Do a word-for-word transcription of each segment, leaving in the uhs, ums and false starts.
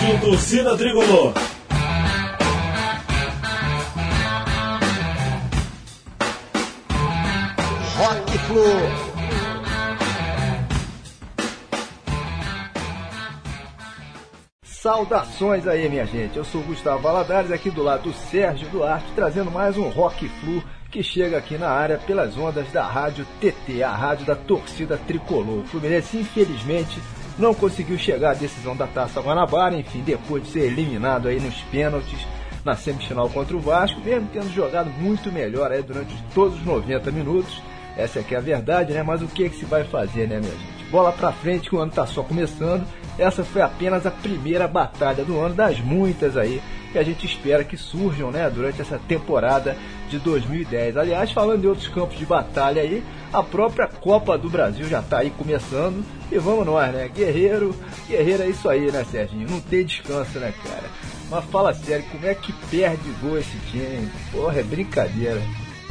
Rádio Torcida Tricolor. Rock Flu. Saudações aí, minha gente. Eu sou o Gustavo Valadares, aqui do lado do Sérgio Duarte, trazendo mais um Rock Flu que chega aqui na área pelas ondas da Rádio T T, a rádio da Torcida Tricolor. O Fluminense, infelizmente, não conseguiu chegar à decisão da Taça Guanabara, enfim, depois de ser eliminado aí nos pênaltis na semifinal contra o Vasco, mesmo tendo jogado muito melhor aí durante todos os noventa minutos. Essa aqui é a verdade, né? Mas o que é que se vai fazer, né, minha gente? Bola pra frente, que o ano tá só começando. Essa foi apenas a primeira batalha do ano, das muitas aí que a gente espera que surjam, né, durante essa temporada de dois mil e dez. Aliás, falando de outros campos de batalha aí, a própria Copa do Brasil já tá aí começando. E vamos nós, né? Guerreiro, guerreiro é isso aí, né, Serginho? Não tem descanso, né, cara? Mas fala sério, como é que perde gol esse time? Porra, é brincadeira.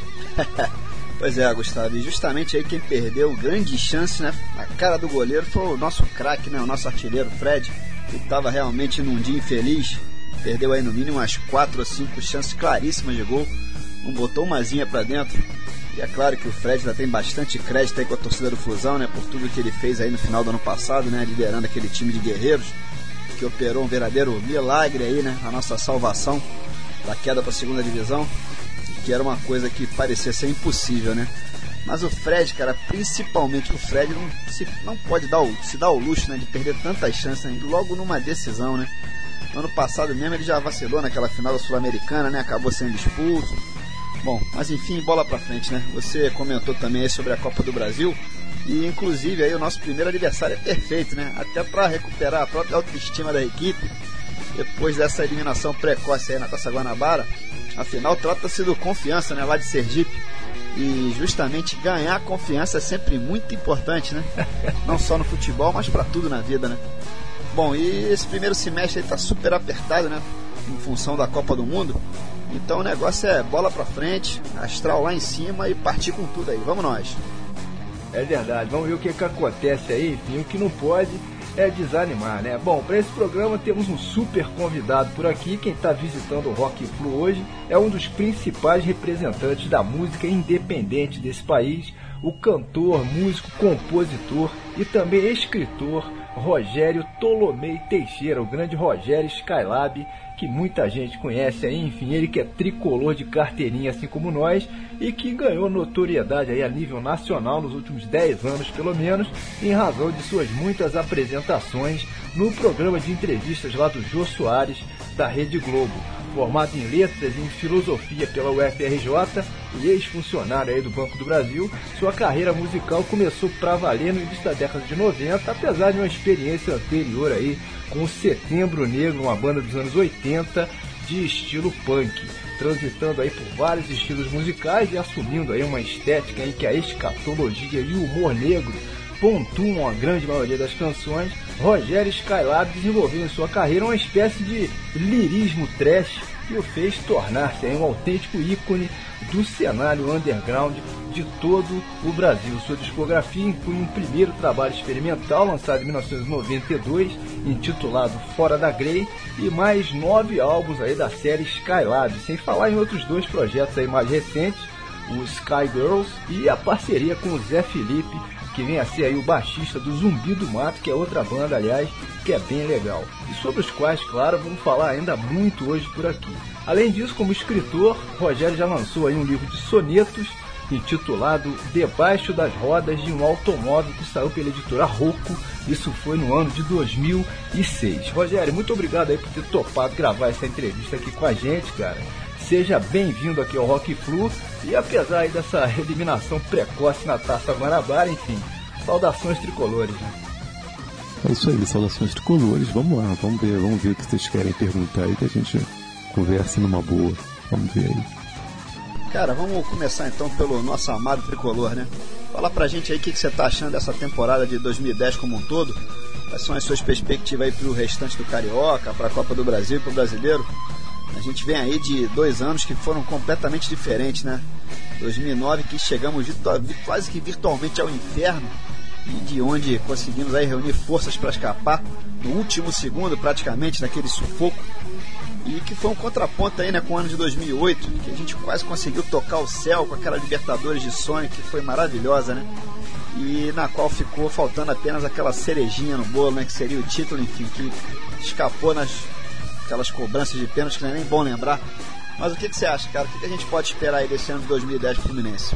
Pois é, Gustavo, e justamente aí quem perdeu grande chance, né, na cara do goleiro foi o nosso craque, né, o nosso artilheiro Fred, que estava realmente num dia infeliz, perdeu aí no mínimo umas quatro ou cinco chances claríssimas de gol, não botou umazinha pra dentro, e é claro que o Fred já tem bastante crédito aí com a torcida do Flusão, né, por tudo que ele fez aí no final do ano passado, né, liderando aquele time de guerreiros, que operou um verdadeiro milagre aí, né, a nossa salvação da queda para a segunda divisão, que era uma coisa que parecia ser impossível, né? Mas o Fred, cara, principalmente o Fred, não, se, não pode dar o, se dar o luxo, né, de perder tantas chances, né, logo numa decisão, né? No ano passado mesmo ele já vacilou naquela final da Sul-Americana, né? Acabou sendo expulso. Bom, mas enfim, bola pra frente, né? Você comentou também aí sobre a Copa do Brasil e inclusive aí o nosso primeiro adversário é perfeito, né? Até para recuperar a própria autoestima da equipe depois dessa eliminação precoce aí na Taça Guanabara. Afinal, trata-se do Confiança, né, lá de Sergipe. E justamente ganhar confiança é sempre muito importante, né? Não só no futebol, mas para tudo na vida, né? Bom, e esse primeiro semestre está super apertado, né? Em função da Copa do Mundo. Então o negócio é bola para frente, astral lá em cima e partir com tudo aí. Vamos nós. É verdade, vamos ver o que, que acontece aí. Enfim, o que não pode é desanimar, né? Bom, para esse programa temos um super convidado por aqui. Quem está visitando o Rock Flu hoje é um dos principais representantes da música independente desse país, o cantor, músico, compositor e também escritor Rogério Tolomei Teixeira, o grande Rogério Skylab, que muita gente conhece aí, enfim, ele que é tricolor de carteirinha assim como nós e que ganhou notoriedade aí a nível nacional nos últimos dez anos pelo menos, em razão de suas muitas apresentações no programa de entrevistas lá do Jô Soares da Rede Globo. Formado em letras e em filosofia pela U F R J e ex-funcionário aí do Banco do Brasil, sua carreira musical começou pra valer no início da década de noventa, apesar de uma experiência anterior aí com o Setembro Negro, uma banda dos anos oitenta de estilo punk, transitando aí por vários estilos musicais e assumindo aí uma estética em que a escatologia e o humor negro pontuam a grande maioria das canções. Rogério Skylab desenvolveu em sua carreira uma espécie de lirismo trash que o fez tornar-se um autêntico ícone do cenário underground de todo o Brasil. Sua discografia inclui um primeiro trabalho experimental lançado em mil novecentos e noventa e dois, intitulado Fora da Grey, e mais nove álbuns aí da série Skylab, sem falar em outros dois projetos aí mais recentes, o Sky Girls e a parceria com o Zé Felipe, que vem a ser aí o baixista do Zumbi do Mato, que é outra banda, aliás, que é bem legal. E sobre os quais, claro, vamos falar ainda muito hoje por aqui. Além disso, como escritor, Rogério já lançou aí um livro de sonetos, intitulado Debaixo das Rodas de um Automóvel, que saiu pela editora Rocco. Isso foi no ano de dois mil e seis. Rogério, muito obrigado aí por ter topado gravar essa entrevista aqui com a gente, cara. Seja bem-vindo aqui ao Rock Flu e apesar aí dessa eliminação precoce na Taça Guanabara, enfim, saudações tricolores, né? É isso aí, saudações tricolores. Vamos lá, vamos ver, vamos ver o que vocês querem perguntar aí, que a gente converse numa boa. Vamos ver aí. Cara, vamos começar então pelo nosso amado tricolor, né? Fala pra gente aí o que, que você tá achando dessa temporada de dois mil e dez como um todo. Quais são as suas perspectivas aí pro restante do Carioca, pra Copa do Brasil e pro Brasileiro? A gente vem aí de dois anos que foram completamente diferentes, né? dois mil e nove, que chegamos virtu- quase que virtualmente ao inferno, e de onde conseguimos aí reunir forças para escapar no último segundo, praticamente, daquele sufoco, e que foi um contraponto aí, né, com o ano de dois mil e oito, que a gente quase conseguiu tocar o céu com aquela Libertadores de sonho, que foi maravilhosa, né, e na qual ficou faltando apenas aquela cerejinha no bolo, né, que seria o título, enfim, que escapou nas aquelas cobranças de pênalti, que não é nem bom lembrar. Mas o que, que você acha, cara? O que, que a gente pode esperar aí desse ano de dois mil e dez pro Fluminense?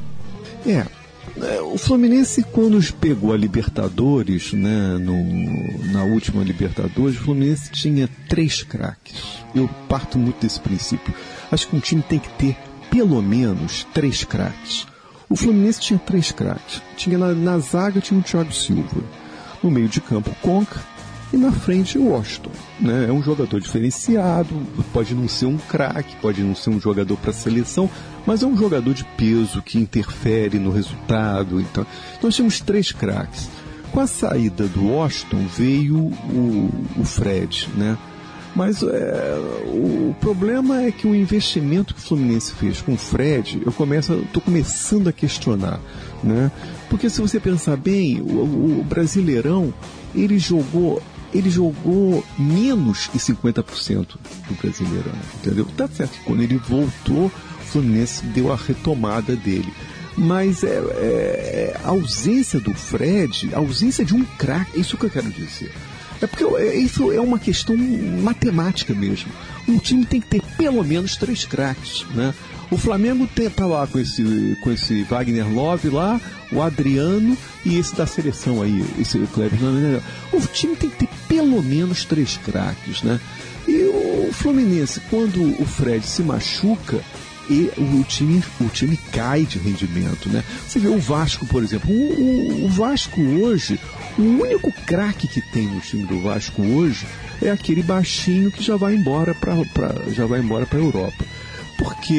É, o Fluminense, quando pegou a Libertadores, né, no, na última Libertadores, o Fluminense tinha três craques. Eu parto muito desse princípio. Acho que um time tem que ter pelo menos três craques. O Fluminense tinha três craques. Tinha na, na zaga tinha o Thiago Silva. No meio de campo, Conca. E na frente o Washington, né? É um jogador diferenciado, pode não ser um craque, pode não ser um jogador para a seleção, mas é um jogador de peso que interfere no resultado. Então, nós tínhamos três craques. Com a saída do Washington veio o, o Fred, né? Mas é, o problema é que o investimento que o Fluminense fez com o Fred, eu começo, estou começando a questionar, né? Porque se você pensar bem, o, o Brasileirão, ele jogou ele jogou menos que cinquenta por cento do Brasileirão, entendeu? Tá certo que quando ele voltou, o Fluminense deu a retomada dele. Mas é, é, a ausência do Fred, a ausência de um craque, é isso que eu quero dizer. É porque isso é uma questão matemática mesmo. Um time tem que ter pelo menos três craques, né? O Flamengo está lá com esse, com esse Wagner Love lá, o Adriano e esse da seleção aí, esse Kleber. O time tem que ter pelo menos três craques, né? E o Fluminense, quando o Fred se machuca, e o time, o time cai de rendimento, né? Você vê o Vasco, por exemplo. O, o, o Vasco hoje, o único craque que tem no time do Vasco hoje é aquele baixinho que já vai embora para já vai embora para a Europa. Porque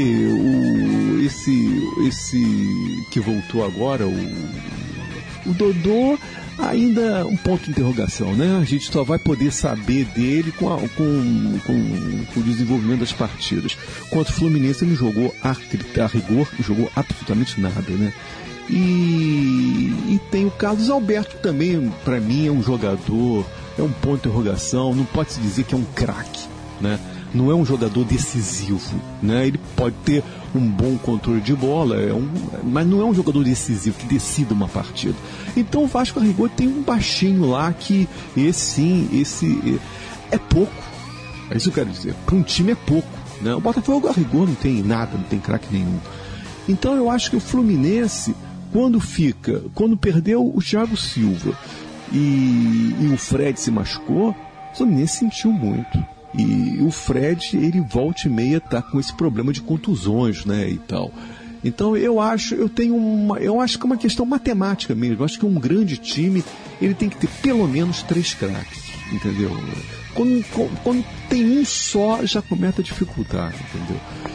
o, esse, esse que voltou agora, o, o Dodô, ainda um ponto de interrogação, né? A gente só vai poder saber dele com, a, com, com, com o desenvolvimento das partidas. Contra o Fluminense ele jogou a, a rigor, jogou absolutamente nada, né? E, e tem o Carlos Alberto também, para mim é um jogador, é um ponto de interrogação, não pode se dizer que é um craque, né? Não é um jogador decisivo, né? Ele pode ter um bom controle de bola, é um, mas não é um jogador decisivo que decida uma partida. Então o Vasco a rigor tem um baixinho lá que esse sim, esse é pouco. É isso que eu quero dizer. Para um time é pouco, né? O Botafogo a rigor não tem nada, não tem craque nenhum. Então eu acho que o Fluminense, quando fica, quando perdeu o Thiago Silva e, e o Fred se machucou, o Fluminense sentiu muito. E o Fred, ele volta e meia tá com esse problema de contusões, né, e tal. Então eu acho, eu tenho uma, eu acho que é uma questão matemática mesmo. Eu acho que um grande time, ele tem que ter pelo menos três craques, entendeu? Quando, quando tem um só, já começa a dificultar, entendeu?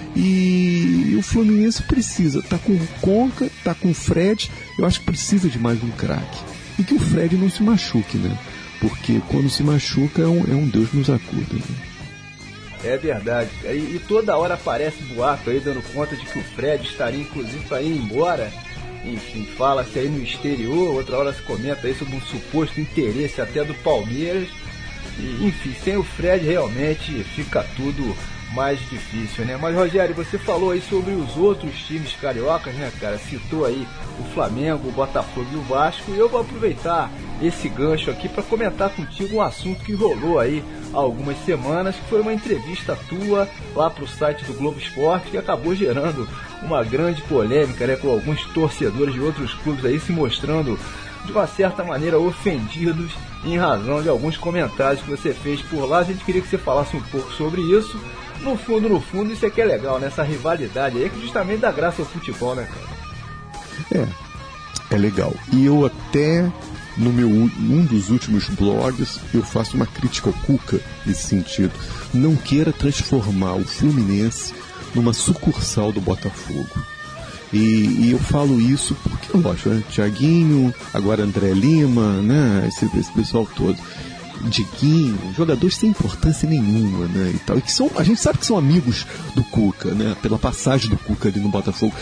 E, e o Fluminense precisa, tá com o Conca, tá com o Fred, eu acho que precisa de mais um craque. E que o Fred não se machuque, né? Porque quando se machuca é um, é um Deus nos acuda, né? É verdade. E, e toda hora aparece boato aí dando conta de que o Fred estaria inclusive para ir embora. Enfim, fala-se aí no exterior, outra hora se comenta aí sobre um suposto interesse até do Palmeiras. E, enfim, sem o Fred realmente fica tudo mais difícil, né? Mas Rogério, você falou aí sobre os outros times cariocas, né, cara? Citou aí o Flamengo, o Botafogo e o Vasco, e eu vou aproveitar esse gancho aqui para comentar contigo um assunto que rolou aí há algumas semanas, que foi uma entrevista tua lá para o site do Globo Esporte, que acabou gerando uma grande polêmica, né, com alguns torcedores de outros clubes aí se mostrando de uma certa maneira ofendidos em razão de alguns comentários que você fez por lá. A gente queria que você falasse um pouco sobre isso. No fundo, no fundo, isso é que é legal, né? Essa rivalidade aí que justamente dá graça ao futebol, né, cara? É, é legal. E eu até, no meu um dos últimos blogs, eu faço uma crítica ao Cuca nesse sentido. Não queira transformar o Fluminense numa sucursal do Botafogo. E, e eu falo isso porque, lógico, né? Thiaguinho, agora André Lima, né? Esse, esse pessoal todo. Diguinho, jogadores sem importância nenhuma, né, e tal, e que são, a gente sabe que são amigos do Cuca, né, pela passagem do Cuca ali no Botafogo, e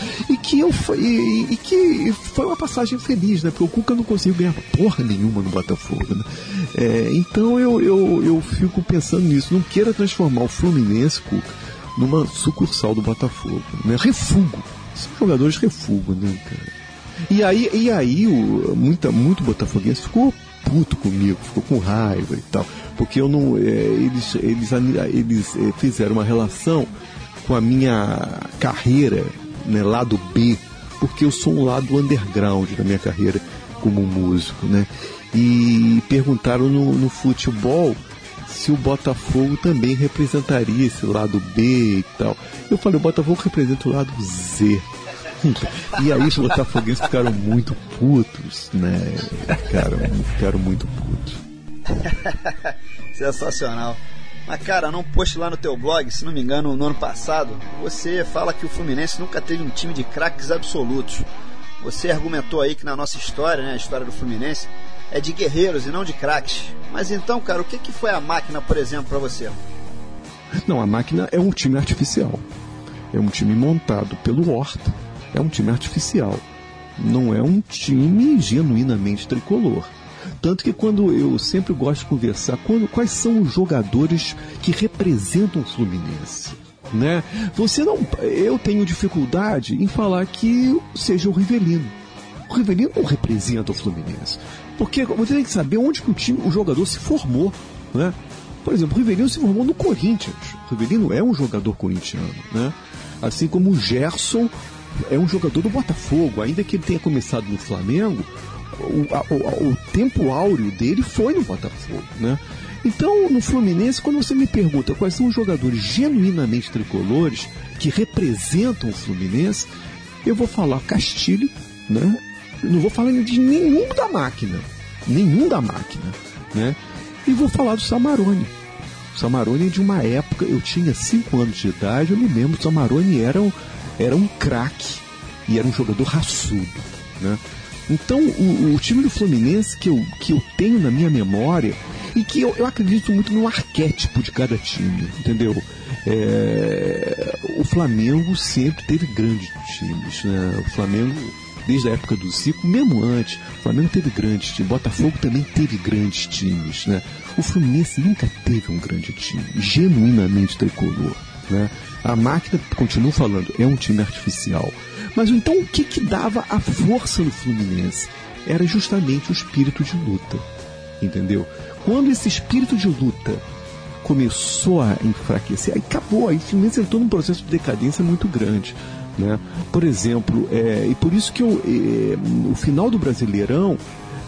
que eu e, e que foi uma passagem feliz, né? Porque o Cuca não conseguiu ganhar porra nenhuma no Botafogo, né? É, então eu, eu, eu fico pensando nisso. Não queira transformar o Fluminense, Cuca, numa sucursal do Botafogo, né? Refugo. São jogadores refugo, né, cara? E aí, e aí o, muita, muito botafoguense ficou puto comigo, ficou com raiva e tal, porque eu não, é, eles, eles, eles é, fizeram uma relação com a minha carreira, né, lado B, porque eu sou um lado underground da minha carreira como músico, né? E perguntaram no, no futebol se o Botafogo também representaria esse lado B e tal. Eu falei, o Botafogo representa o lado Z. E aí os botafoguenses ficaram muito putos, né? Ficaram, ficaram muito putos. Sensacional. Mas, cara, num post lá no teu blog, se não me engano, no ano passado, você fala que o Fluminense nunca teve um time de craques absolutos. Você argumentou aí que na nossa história, né, a história do Fluminense, é de guerreiros e não de craques. Mas então, cara, o que, que foi a máquina, por exemplo, pra você? Não, a máquina é um time artificial. É um time montado pelo Horta. É um time artificial. Não é um time genuinamente tricolor. Tanto que quando eu sempre gosto de conversar, quando, quais são os jogadores que representam o Fluminense, né? Você não, eu tenho dificuldade em falar que seja o Rivelino. O Rivelino não representa o Fluminense, porque você tem que saber onde que o time, o jogador se formou, né? Por exemplo, o Rivelino se formou no Corinthians. O Rivelino é um jogador corintiano, né? Assim como o Gerson é um jogador do Botafogo, ainda que ele tenha começado no Flamengo. O, a, o, o tempo áureo dele foi no Botafogo, né? Então, no Fluminense, quando você me pergunta quais são os jogadores genuinamente tricolores que representam o Fluminense, eu vou falar Castilho, né? Não vou falar de nenhum da máquina, nenhum da máquina, né? E vou falar do Samarone. O Samarone é de uma época, eu tinha cinco anos de idade, eu me lembro, o Samarone era um, era um craque e era um jogador raçudo, né? Então, o, o time do Fluminense que eu, que eu tenho na minha memória, e que eu, eu acredito muito no arquétipo de cada time, entendeu? É, o Flamengo sempre teve grandes times, né? O Flamengo, desde a época do Zico, mesmo antes, o Flamengo teve grandes times, Botafogo também teve grandes times, né? O Fluminense nunca teve um grande time, genuinamente tricolor, né? A máquina, continuo falando, é um time artificial. Mas então o que que dava a força no Fluminense? Era justamente o espírito de luta, entendeu? Quando esse espírito de luta começou a enfraquecer, aí acabou, aí o Fluminense entrou num processo de decadência muito grande, né? Por exemplo, é, e por isso que eu, é, o final do Brasileirão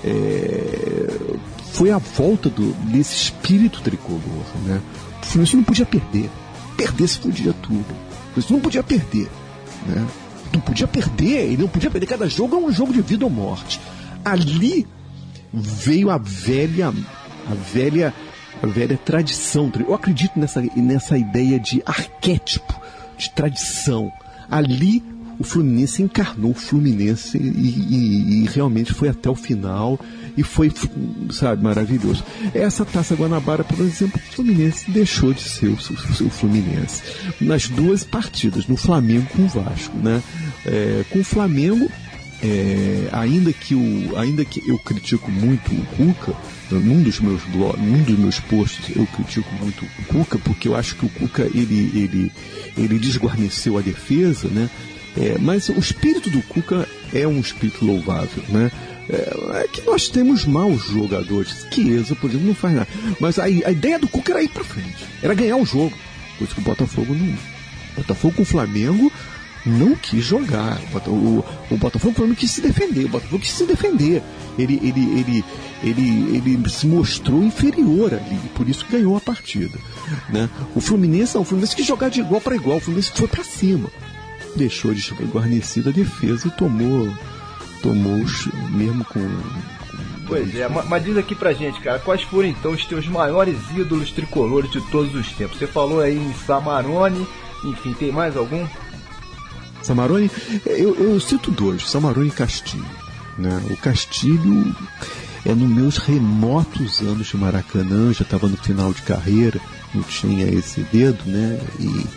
é, foi a volta do, desse espírito tricolor, né? O Fluminense não podia perder, perder se podia tudo, o Fluminense não podia perder, né? Não podia perder, ele não podia perder. Cada jogo é um jogo de vida ou morte. Ali veio a velha, a velha, a velha tradição. Eu acredito nessa, nessa ideia de arquétipo, de tradição. Ali o Fluminense encarnou o Fluminense e, e, e realmente foi até o final e foi, sabe, maravilhoso. Essa Taça Guanabara, por exemplo, o Fluminense deixou de ser o, o, o Fluminense nas duas partidas, no Flamengo com o Vasco, né? É, com o Flamengo, é, ainda, que o, ainda que eu critico muito o Cuca, num dos meus blogs, num dos meus posts eu critico muito o Cuca, porque eu acho que o Cuca ele, ele, ele desguarneceu a defesa, né? É, mas o espírito do Cuca é um espírito louvável, né? É, é que nós temos maus jogadores. Chiesa, por exemplo, não faz nada. Mas a, a ideia do Cuca era ir pra frente, era ganhar o jogo. Coisa que o Botafogo não. O Botafogo com o Flamengo não quis jogar. O, o, o Botafogo com o Flamengo quis se defender. O Botafogo quis se defender. Ele, ele, ele, ele, ele se mostrou inferior ali, por isso que ganhou a partida, né? O Fluminense não, o Fluminense quis jogar de igual para igual. O Fluminense foi para cima, deixou de guarnecida a defesa e tomou, tomou mesmo com, com... Pois é, mas diz aqui pra gente, cara, quais foram então os teus maiores ídolos tricolores de todos os tempos? Você falou aí em Samarone, enfim, tem mais algum? Samarone, eu, eu cito dois, Samarone e Castilho, né? O Castilho é nos meus remotos anos de Maracanã, já estava no final de carreira, não tinha esse dedo, né? E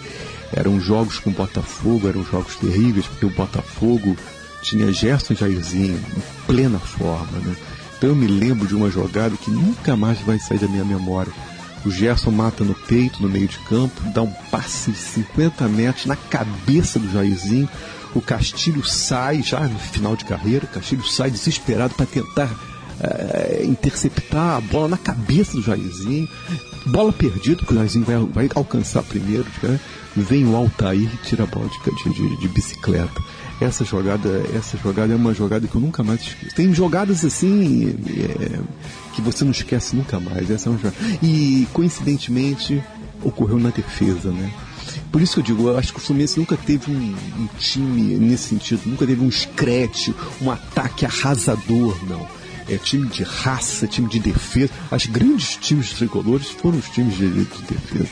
Eram jogos com o Botafogo, eram jogos terríveis, porque o Botafogo tinha Gerson e Jairzinho em plena forma, né? Então eu me lembro de uma jogada que nunca mais vai sair da minha memória. O Gerson mata no peito, no meio de campo, dá um passe de cinquenta metros na cabeça do Jairzinho. O Castilho sai, já no final de carreira, o Castilho sai desesperado para tentar é, interceptar a bola na cabeça do Jairzinho. Bola perdida, porque o Jairzinho vai, vai alcançar primeiro. Né? Vem o Altair e tira a bola de, de, de bicicleta. Essa jogada, essa jogada é uma jogada que eu nunca mais esqueço. Tem jogadas assim é, que você não esquece nunca mais. Essa é uma jogada. E, coincidentemente, ocorreu na defesa, né? Por isso que eu digo, eu acho que o Fluminense nunca teve um, um time nesse sentido, nunca teve um scratch, um ataque arrasador, não. É time de raça, time de defesa. Os grandes times tricolores foram os times de, de defesa.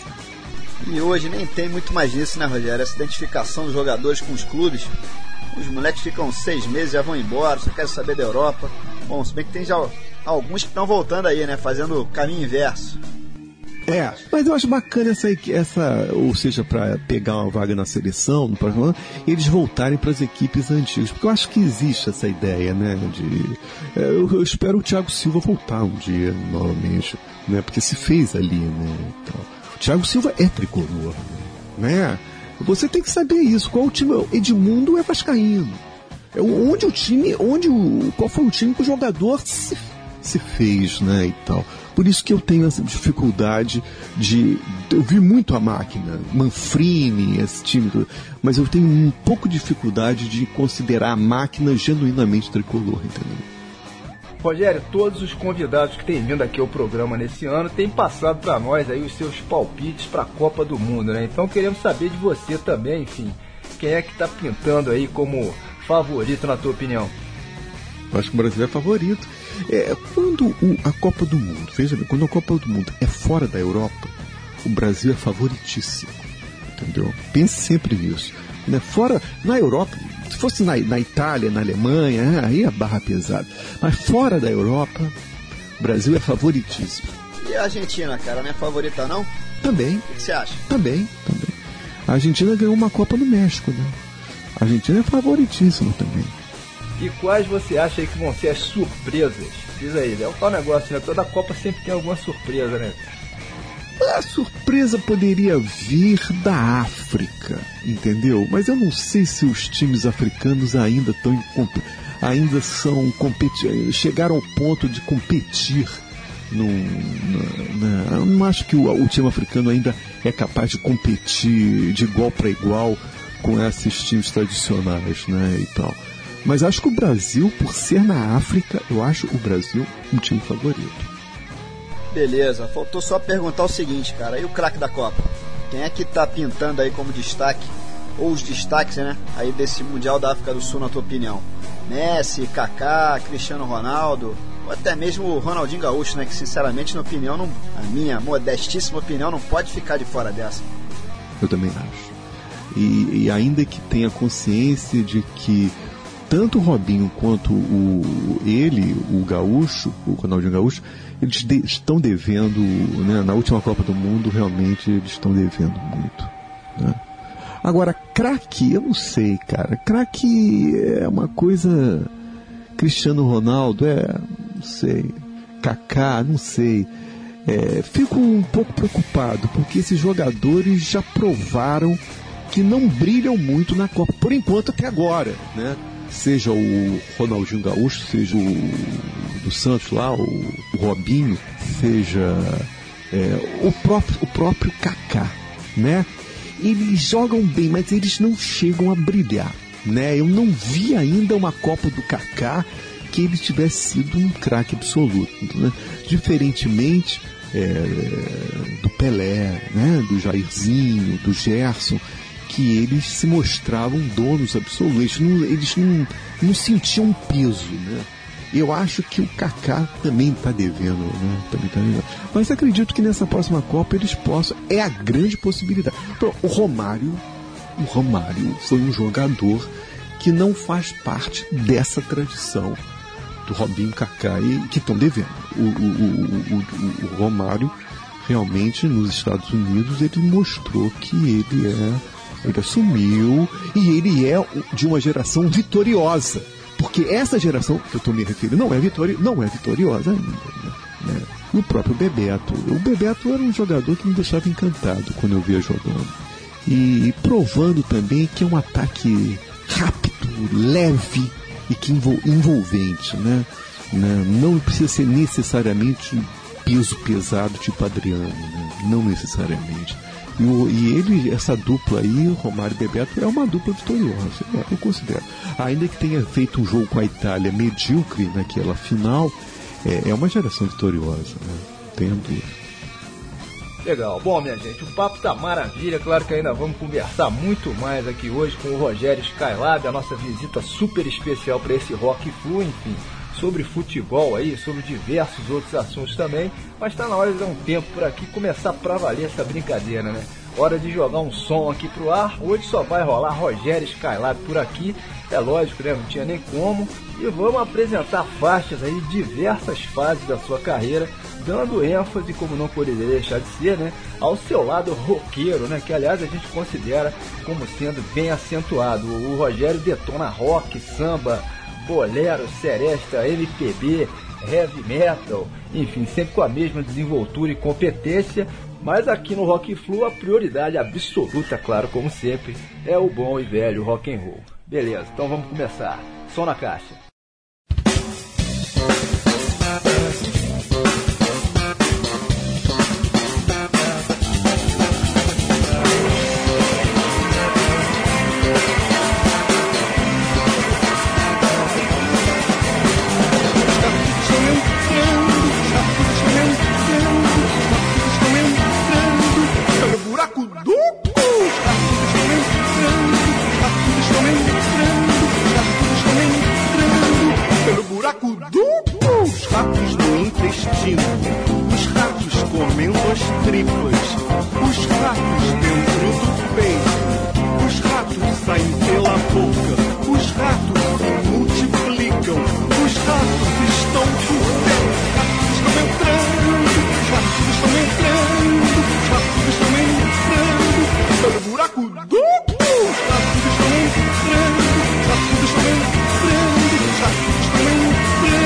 E hoje nem tem muito mais disso, né, Rogério? Essa identificação dos jogadores com os clubes. Os moleques ficam seis meses, já vão embora, só querem saber da Europa. Bom, se bem que tem já alguns que estão voltando aí, né? Fazendo o caminho inverso. É, mas eu acho bacana essa, essa ou seja, para pegar uma vaga na seleção, no próximo ano, eles voltarem para as equipes antigas, porque eu acho que existe essa ideia, né, de... Eu, eu espero o Thiago Silva voltar um dia, novamente, né, porque se fez ali, né, então, o Thiago Silva é tricolor, né, você tem que saber isso, qual o time, Edmundo é vascaíno, é onde o time, onde o, qual foi o time que o jogador se, se fez, né, e tal. Por isso que eu tenho essa dificuldade de... Eu vi muito a máquina, Manfrini, esse time, mas eu tenho um pouco de dificuldade de considerar a máquina genuinamente tricolor, entendeu? Rogério, todos os convidados que têm vindo aqui ao programa nesse ano têm passado para nós aí os seus palpites para a Copa do Mundo, né? Então queremos saber de você também, enfim, quem é que está pintando aí como favorito na tua opinião? Eu acho que o Brasil é favorito. É, quando o, a Copa do Mundo, veja bem, quando a Copa do Mundo é fora da Europa, o Brasil é favoritíssimo, entendeu? Pense sempre nisso. Né? Fora, na Europa, se fosse na, na Itália, na Alemanha, aí a barra pesada. Mas fora da Europa, o Brasil é favoritíssimo. E a Argentina, cara, não é favorita não? Também. O que você acha? Também, também. A Argentina ganhou uma Copa no México, né? A Argentina é favoritíssima também. E quais você acha aí que vão ser as surpresas? Diz aí, é o tal negócio, né? Toda Copa sempre tem alguma surpresa, né? A surpresa poderia vir da África, entendeu? Mas eu não sei se os times africanos ainda estão ainda são competi- chegaram ao ponto de competir. Num, na, na, eu não acho que o, o time africano ainda é capaz de competir de igual para igual com esses times tradicionais, né? E tal. Mas acho que o Brasil, por ser na África, eu acho o Brasil um time favorito. Beleza, faltou só perguntar o seguinte, cara, e o craque da Copa? Quem é que tá pintando aí como destaque, ou os destaques, né, aí desse Mundial da África do Sul, na tua opinião? Messi, Kaká, Cristiano Ronaldo, ou até mesmo o Ronaldinho Gaúcho, né, que sinceramente, na opinião, não, a minha modestíssima opinião, não pode ficar de fora dessa. Eu também acho. E, e ainda que tenha consciência de que tanto o Robinho quanto o, ele, o Gaúcho, o Ronaldinho Gaúcho, eles de, estão devendo, né, na última Copa do Mundo, realmente eles estão devendo muito. Né? Agora, craque, eu não sei, cara. Craque é uma coisa... Cristiano Ronaldo, é... não sei. Kaká, não sei. É, fico um pouco preocupado, porque esses jogadores já provaram que não brilham muito na Copa, por enquanto até agora, né? Seja o Ronaldinho Gaúcho, seja o do Santos lá, o, o Robinho, seja é, o próprio, o próprio Kaká, né? Eles jogam bem, mas eles não chegam a brilhar, né? Eu não vi ainda uma Copa do Kaká que ele tivesse sido um craque absoluto, né? Diferentemente é, do Pelé, né? Do Jairzinho, do Gerson, que eles se mostravam donos absolutos, eles não, eles não, não sentiam peso, né? Eu acho que o Kaká também está devendo, né? Também tá devendo. Mas acredito que nessa próxima Copa eles possam, é a grande possibilidade. Então, o Romário, o Romário foi um jogador que não faz parte dessa tradição do Robinho, Kaká, e que estão devendo. O, o, o, o, o Romário realmente nos Estados Unidos ele mostrou que ele é Ele assumiu e ele é de uma geração vitoriosa. Porque essa geração que eu estou me referindo não é, vitori- não é vitoriosa ainda. Né? E o próprio Bebeto. O Bebeto era um jogador que me deixava encantado quando eu via jogando. E provando também que é um ataque rápido, leve e que envol- envolvente. Né? Né? Não precisa ser necessariamente peso pesado tipo Adriano. Né? Não necessariamente. E, o, e ele, essa dupla aí, Romário e Bebeto, é uma dupla vitoriosa, é, eu considero. Ainda que tenha feito um jogo com a Itália medíocre naquela final, é, é uma geração vitoriosa, né? Tenho dúvida. Legal. Bom, minha gente, o papo tá maravilha. Claro que ainda vamos conversar muito mais aqui hoje com o Rogério Skylab, a nossa visita super especial para esse Rock Flu, enfim, sobre futebol aí, sobre diversos outros assuntos também, mas está na hora de dar um tempo por aqui e começar pra valer essa brincadeira, né? Hora de jogar um som aqui pro ar. Hoje só vai rolar Rogério Skylab por aqui, é lógico, né? Não tinha nem como. E vamos apresentar faixas aí, diversas fases da sua carreira, dando ênfase, como não poderia deixar de ser, né, ao seu lado roqueiro, né, que aliás a gente considera como sendo bem acentuado. O Rogério detona rock, samba, bolero, seresta, M P B, heavy metal, enfim, sempre com a mesma desenvoltura e competência, mas aqui no Rock Flu a prioridade absoluta, claro, como sempre, é o bom e velho rock and roll. Beleza, então vamos começar. Som na caixa. Os ratos no intestino, os ratos comendo as tripas, os ratos dentro do peito, os ratos saem pela boca, os ratos se multiplicam, os ratos estão por dentro, os ratos estão entrando, os ratos estão entrando, os ratos estão entrando pelo buraco duplo, os ratos estão entrando, os ratos estão entrando, os ratos estão entrando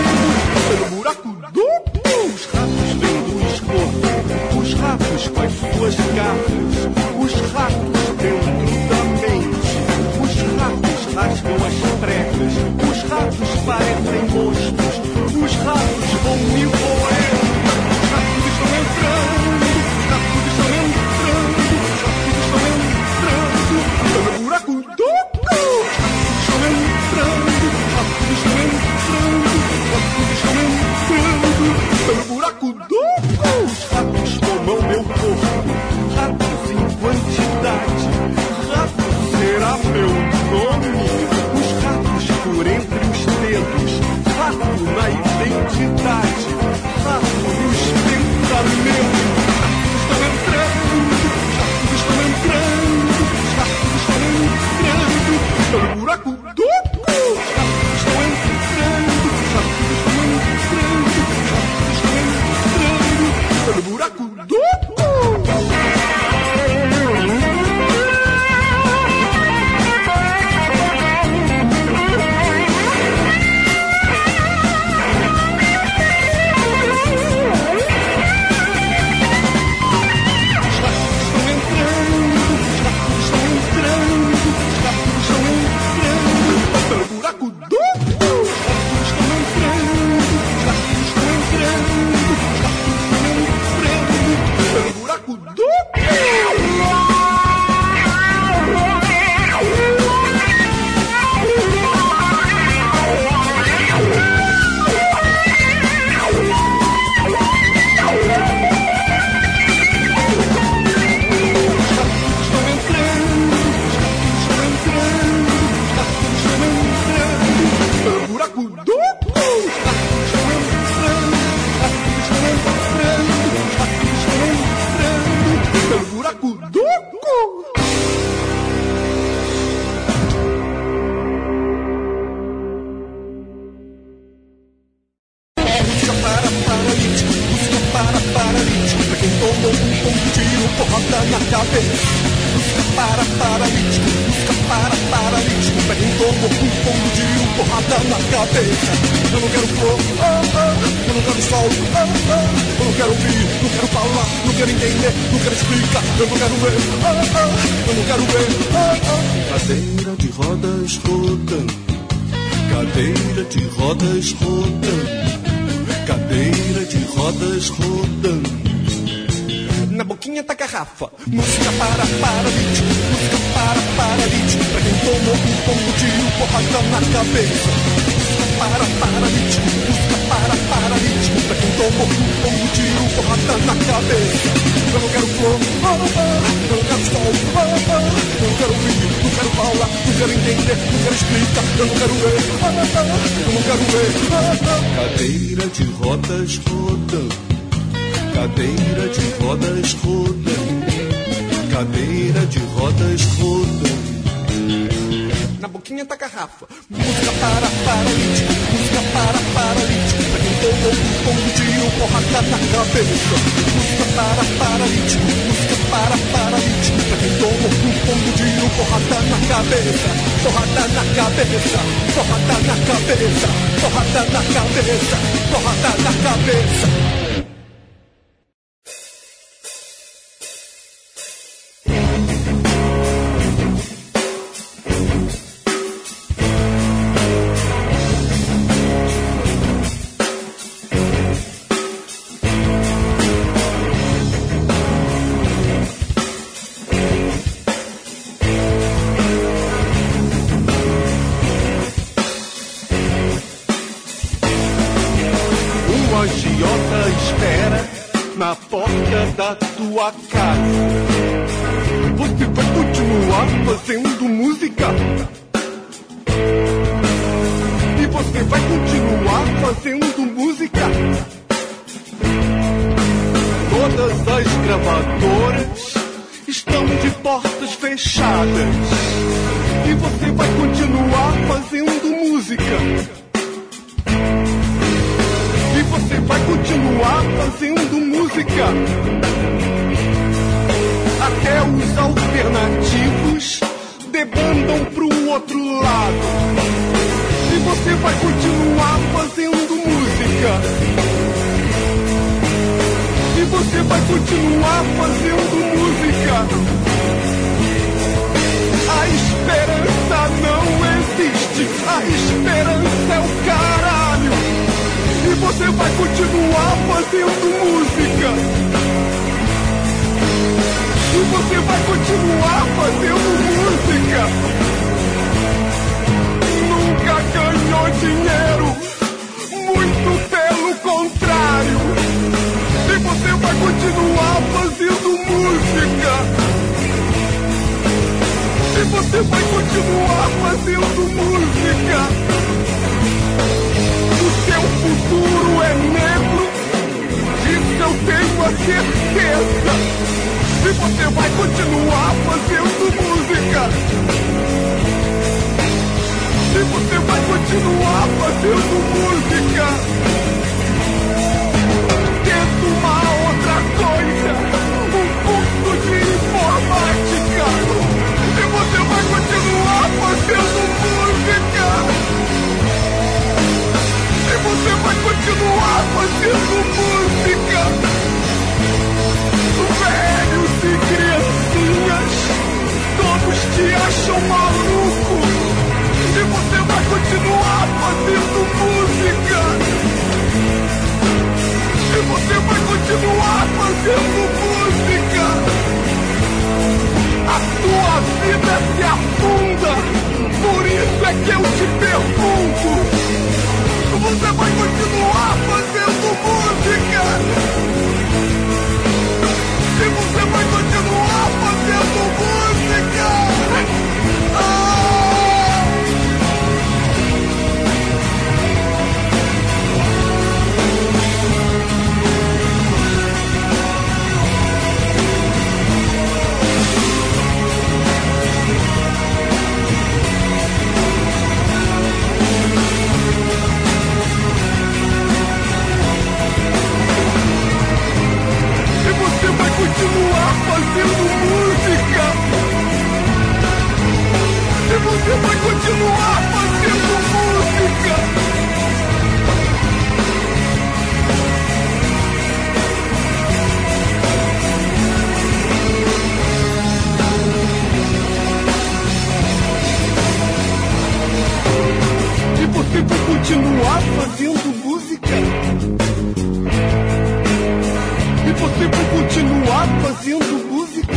pelo buraco duplo. Os ratos vêm do esgoto, os ratos com as suas garras, os ratos dentro da mente, os ratos rasgam as pregas, os ratos parecem monstros, os ratos vão me roer. Os ratos estão entrando, os ratos estão entrando, os ratos estão entrando pelo buraco duplo. Os ratos estão entrando, os ratos estão entrando, os ratos estão entrando pelo buraco duplo. Os ratos tomam meu corpo, ratos em quantidade, rato será meu nome. Os ratos por entre os dedos, rato na identidade, rato nos pensamentos. Os ratos estão entrando, os ratos estão entrando, os ratos estão entrando pelo buraco duplo. Os ratos estão entrando, os ratos estão entrando, os ratos estão entrando pelo buraco duplo. Paralítico, pra quem tomou um ponto de tiro, porrada na cabeça. música para paralítico, música para paralítico. Pega um tombo, um pombo de um porrada na cabeça. Eu não quero flor, oh, oh, eu não quero sol, oh, oh. Eu não quero ouvir, não quero falar, não quero entender, não quero explicar. Eu não quero ver, oh, oh, eu não quero ver, oh, oh. Cadeira de rodas rodando, cadeira de rodas rodando, cadeira de rodas rodando. Na boquinha tá garrafa. Música para paralítico, música para paralítico. Pra quem tomou um pombo de um porrada na cabeça. Música para paralítico, música para paralítico. Pra quem tomou um pombo de um porrada na cabeça. Eu não quero flor, oh, oh. Eu não quero sol, oh, oh. Eu não quero ouvir, não quero falar, não quero entender, não quero explicar. Eu não quero ver, oh, oh. Eu não quero ver, oh, oh. Cadeira de rodas rodando, cadeira de rodas rodando, cadeira de rodas rodando. Na boquinha tá garrafa. Música para paralítico, música para paralítico. Pra quem tomou um pombo de um porrada na cabeça. Música para paralítico, música para paralítico. Pra quem tomou um pombo de um porrada na cabeça. Porrada na cabeça, porrada na cabeça, porrada na cabeça, porrada na cabeça. Na porta da tua casa, você vai continuar fazendo música e você vai continuar fazendo música. Todas as gravadoras estão de portas fechadas e você vai continuar fazendo música. E você vai continuar fazendo música até os alternativos debandam pro outro lado. E você vai continuar fazendo música. E você vai continuar fazendo música. A esperança não existe. A esperança é o caralho. E você vai continuar fazendo música. E você vai continuar fazendo música. Nunca ganhou dinheiro, muito pelo contrário. E você vai continuar fazendo música. E você vai continuar fazendo música. O seu futuro é negro, disso eu tenho a certeza. E você vai continuar fazendo música. E você vai continuar fazendo música. Tenta uma outra coisa, um curso de informática. E você vai continuar fazendo música. continuar fazendo música? E você vai continuar fazendo música?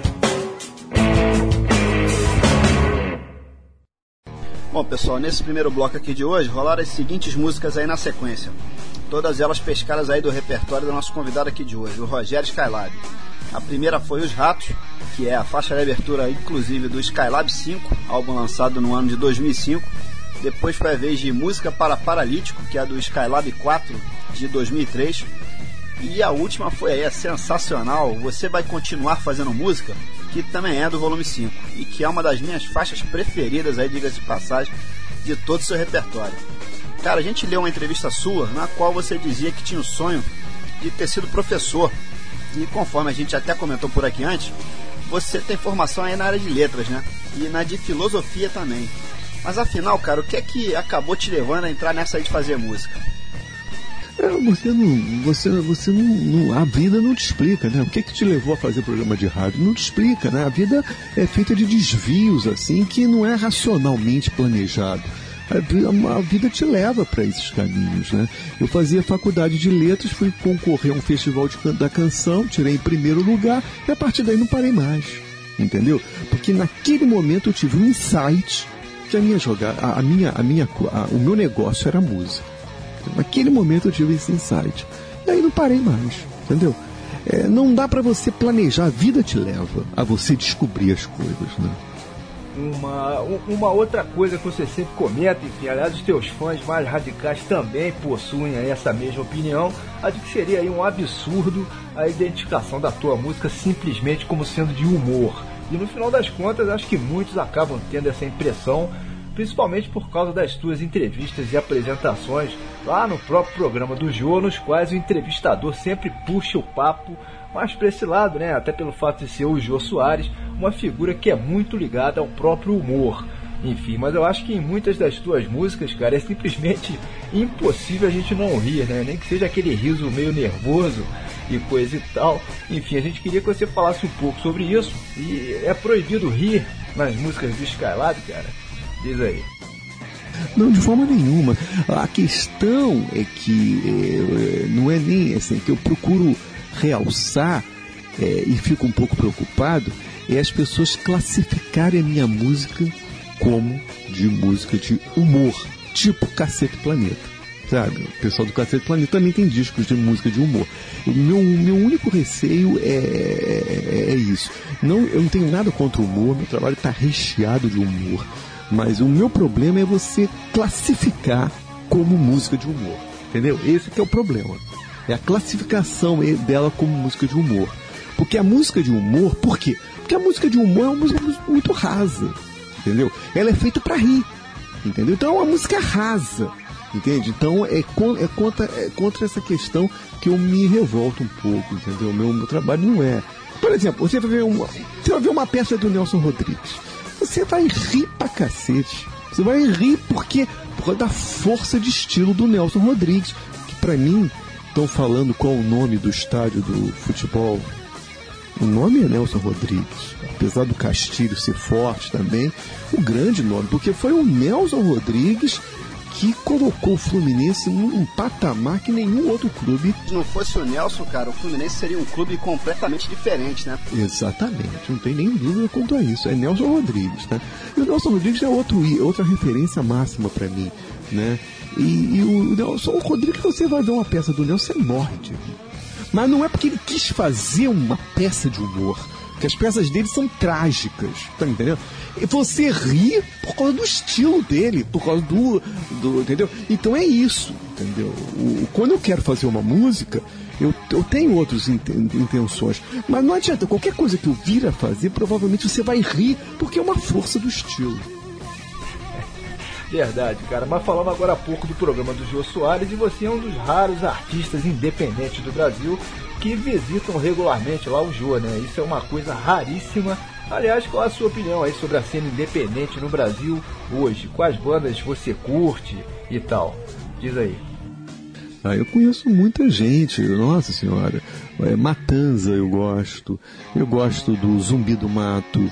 Bom, pessoal, nesse primeiro bloco aqui de hoje rolaram as seguintes músicas aí na sequência. Todas elas pescadas aí do repertório do nosso convidado aqui de hoje, o Rogério Skylab. A primeira foi Os Ratos, que é a faixa de abertura inclusive do Skylab cinco, álbum lançado no ano de dois mil e cinco. Depois foi a vez de Música para Paralítico, que é a do Skylab quatro, de dois mil e três. E a última foi aí a sensacional Você Vai Continuar Fazendo Música, que também é do volume cinco, e que é uma das minhas faixas preferidas aí, diga-se de passagem, de todo o seu repertório. Cara, a gente leu uma entrevista sua, na qual você dizia que tinha o sonho de ter sido professor. E conforme a gente até comentou por aqui antes, você tem formação aí na área de letras, né? E na de filosofia também. Mas afinal, cara, o que é que acabou te levando a entrar nessa aí de fazer música? É, você não, você, você não, não, a vida não te explica, né? O que é que te levou a fazer programa de rádio? Não te explica, né? A vida é feita de desvios, assim, que não é racionalmente planejado. A vida te leva para esses caminhos, né? Eu fazia faculdade de letras, fui concorrer a um festival de can- da canção, tirei em primeiro lugar e a partir daí não parei mais, entendeu? Porque naquele momento eu tive um insight que a minha jogada, a, a minha, a minha, a, o meu negócio era música. Naquele momento eu tive esse insight e aí não parei mais, entendeu? É, não dá para você planejar, a vida te leva a você descobrir as coisas, né? Uma, uma outra coisa que você sempre comenta, enfim, aliás, os teus fãs mais radicais também possuem aí essa mesma opinião, a de que seria aí um absurdo a identificação da tua música simplesmente como sendo de humor. E no final das contas, acho que muitos acabam tendo essa impressão, principalmente por causa das tuas entrevistas e apresentações lá no próprio programa do Jô, nos quais o entrevistador sempre puxa o papo mais para esse lado, né? Até pelo fato de ser o Jô Soares, uma figura que é muito ligada ao próprio humor. Enfim, mas eu acho que em muitas das tuas músicas, cara, é simplesmente impossível a gente não rir, né? Nem que seja aquele riso meio nervoso e coisa e tal. Enfim, a gente queria que você falasse um pouco sobre isso. E é proibido rir nas músicas do Skylab, cara? Diz aí. Não, de forma nenhuma. A questão é que é, não é nem assim, que eu procuro realçar é, e fico um pouco preocupado, é as pessoas classificarem a minha música como de música de humor, tipo Cacete Planeta, sabe? O pessoal do Cacete Planeta também tem discos de música de humor. O meu, meu único receio é, é, é isso. Não, eu não tenho nada contra o humor, meu trabalho está recheado de humor, mas o meu problema é você classificar como música de humor, entendeu? Esse que é o problema. É a classificação dela como música de humor. Porque a música de humor, por quê? Porque a música de humor é uma música muito rasa, entendeu? Ela é feita para rir, entendeu? Então é uma música rasa, entende? Então é, con- é, contra, é contra essa questão que eu me revolto um pouco, entendeu? O meu, meu trabalho não é... Por exemplo, você vai ver uma, você vai ver uma peça do Nelson Rodrigues. Você vai rir pra cacete. Você vai rir porque, por causa da força de estilo do Nelson Rodrigues, que pra mim... Estão falando qual o nome do estádio do futebol. O nome é Nelson Rodrigues. Apesar do Castilho ser forte também, o grande nome, porque foi o Nelson Rodrigues que colocou o Fluminense num patamar que nenhum outro clube. Se não fosse o Nelson, cara, o Fluminense seria um clube completamente diferente, né? Exatamente, não tem nem dúvida quanto a isso. É Nelson Rodrigues, né? E o Nelson Rodrigues é outro, outra referência máxima para mim, né? E, e o Nelson Rodrigues, você vai ver uma peça do Nelson, você morre de rir. Mas não é porque ele quis fazer uma peça de humor, porque as peças dele são trágicas, tá entendendo? E você ri por causa do estilo dele, por causa do, do entendeu? Então é isso, entendeu? O, quando eu quero fazer uma música, eu, eu tenho outras intenções, mas não adianta, qualquer coisa que eu vir a fazer, provavelmente você vai rir, porque é uma força do estilo. Verdade, cara, mas falando agora há pouco do programa do Jô Soares, e você é um dos raros artistas independentes do Brasil que visitam regularmente lá o Jô, né? Isso é uma coisa raríssima. Aliás, qual a sua opinião aí sobre a cena independente no Brasil hoje? Quais bandas você curte e tal? Diz aí. Ah, eu conheço muita gente, nossa senhora. É, Matanza eu gosto, eu gosto do Zumbi do Mato,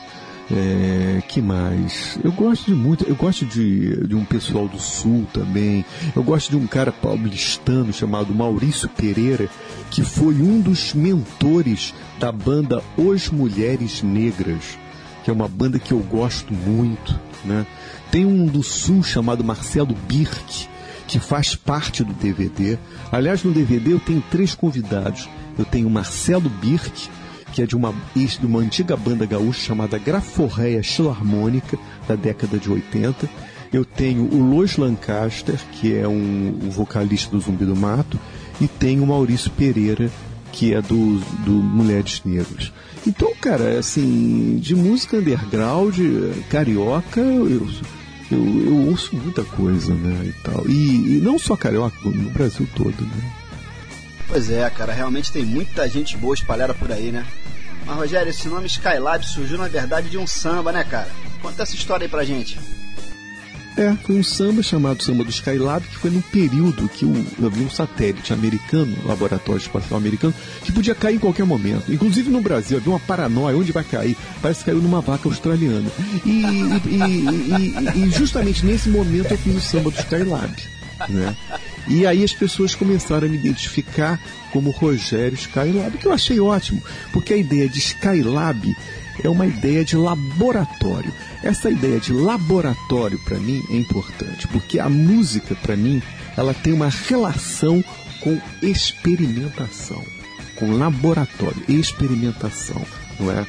É, que mais? Eu gosto de muito, eu gosto de, de um pessoal do Sul também. Eu gosto de um cara paulistano chamado Maurício Pereira, que foi um dos mentores da banda Os Mulheres Negras, que é uma banda que eu gosto muito, né? Tem um do Sul chamado Marcelo Birk, que faz parte do D V D. Aliás, no D V D eu tenho três convidados. Eu tenho Marcelo Birk, que é de uma, de uma antiga banda gaúcha chamada Graforreia Filarmônica, da década de oitenta. Eu tenho o Los Lancaster, que é um, um vocalista do Zumbi do Mato, e tenho o Maurício Pereira, que é do, do Mulheres Negras. Então, cara, assim, de música underground, carioca, eu, eu, eu, eu ouço muita coisa, né, e tal. E, e não só carioca, no Brasil todo, né. Pois é, cara, realmente tem muita gente boa espalhada por aí, né? Mas, Rogério, esse nome Skylab surgiu, na verdade, de um samba, né, cara? Conta essa história aí pra gente. É, foi um samba chamado Samba do Skylab, que foi num período que o, havia um satélite americano, Laboratório Espacial Americano, que podia cair em qualquer momento. Inclusive no Brasil, havia uma paranoia, onde vai cair? Parece que caiu numa vaca australiana. E, e, e, e, e justamente nesse momento eu fiz o Samba do Skylab, né? E aí as pessoas começaram a me identificar como Rogério Skylab, que eu achei ótimo, porque a ideia de Skylab é uma ideia de laboratório. Essa ideia de laboratório, para mim, é importante, porque a música, para mim, ela tem uma relação com experimentação, com laboratório, experimentação, não é?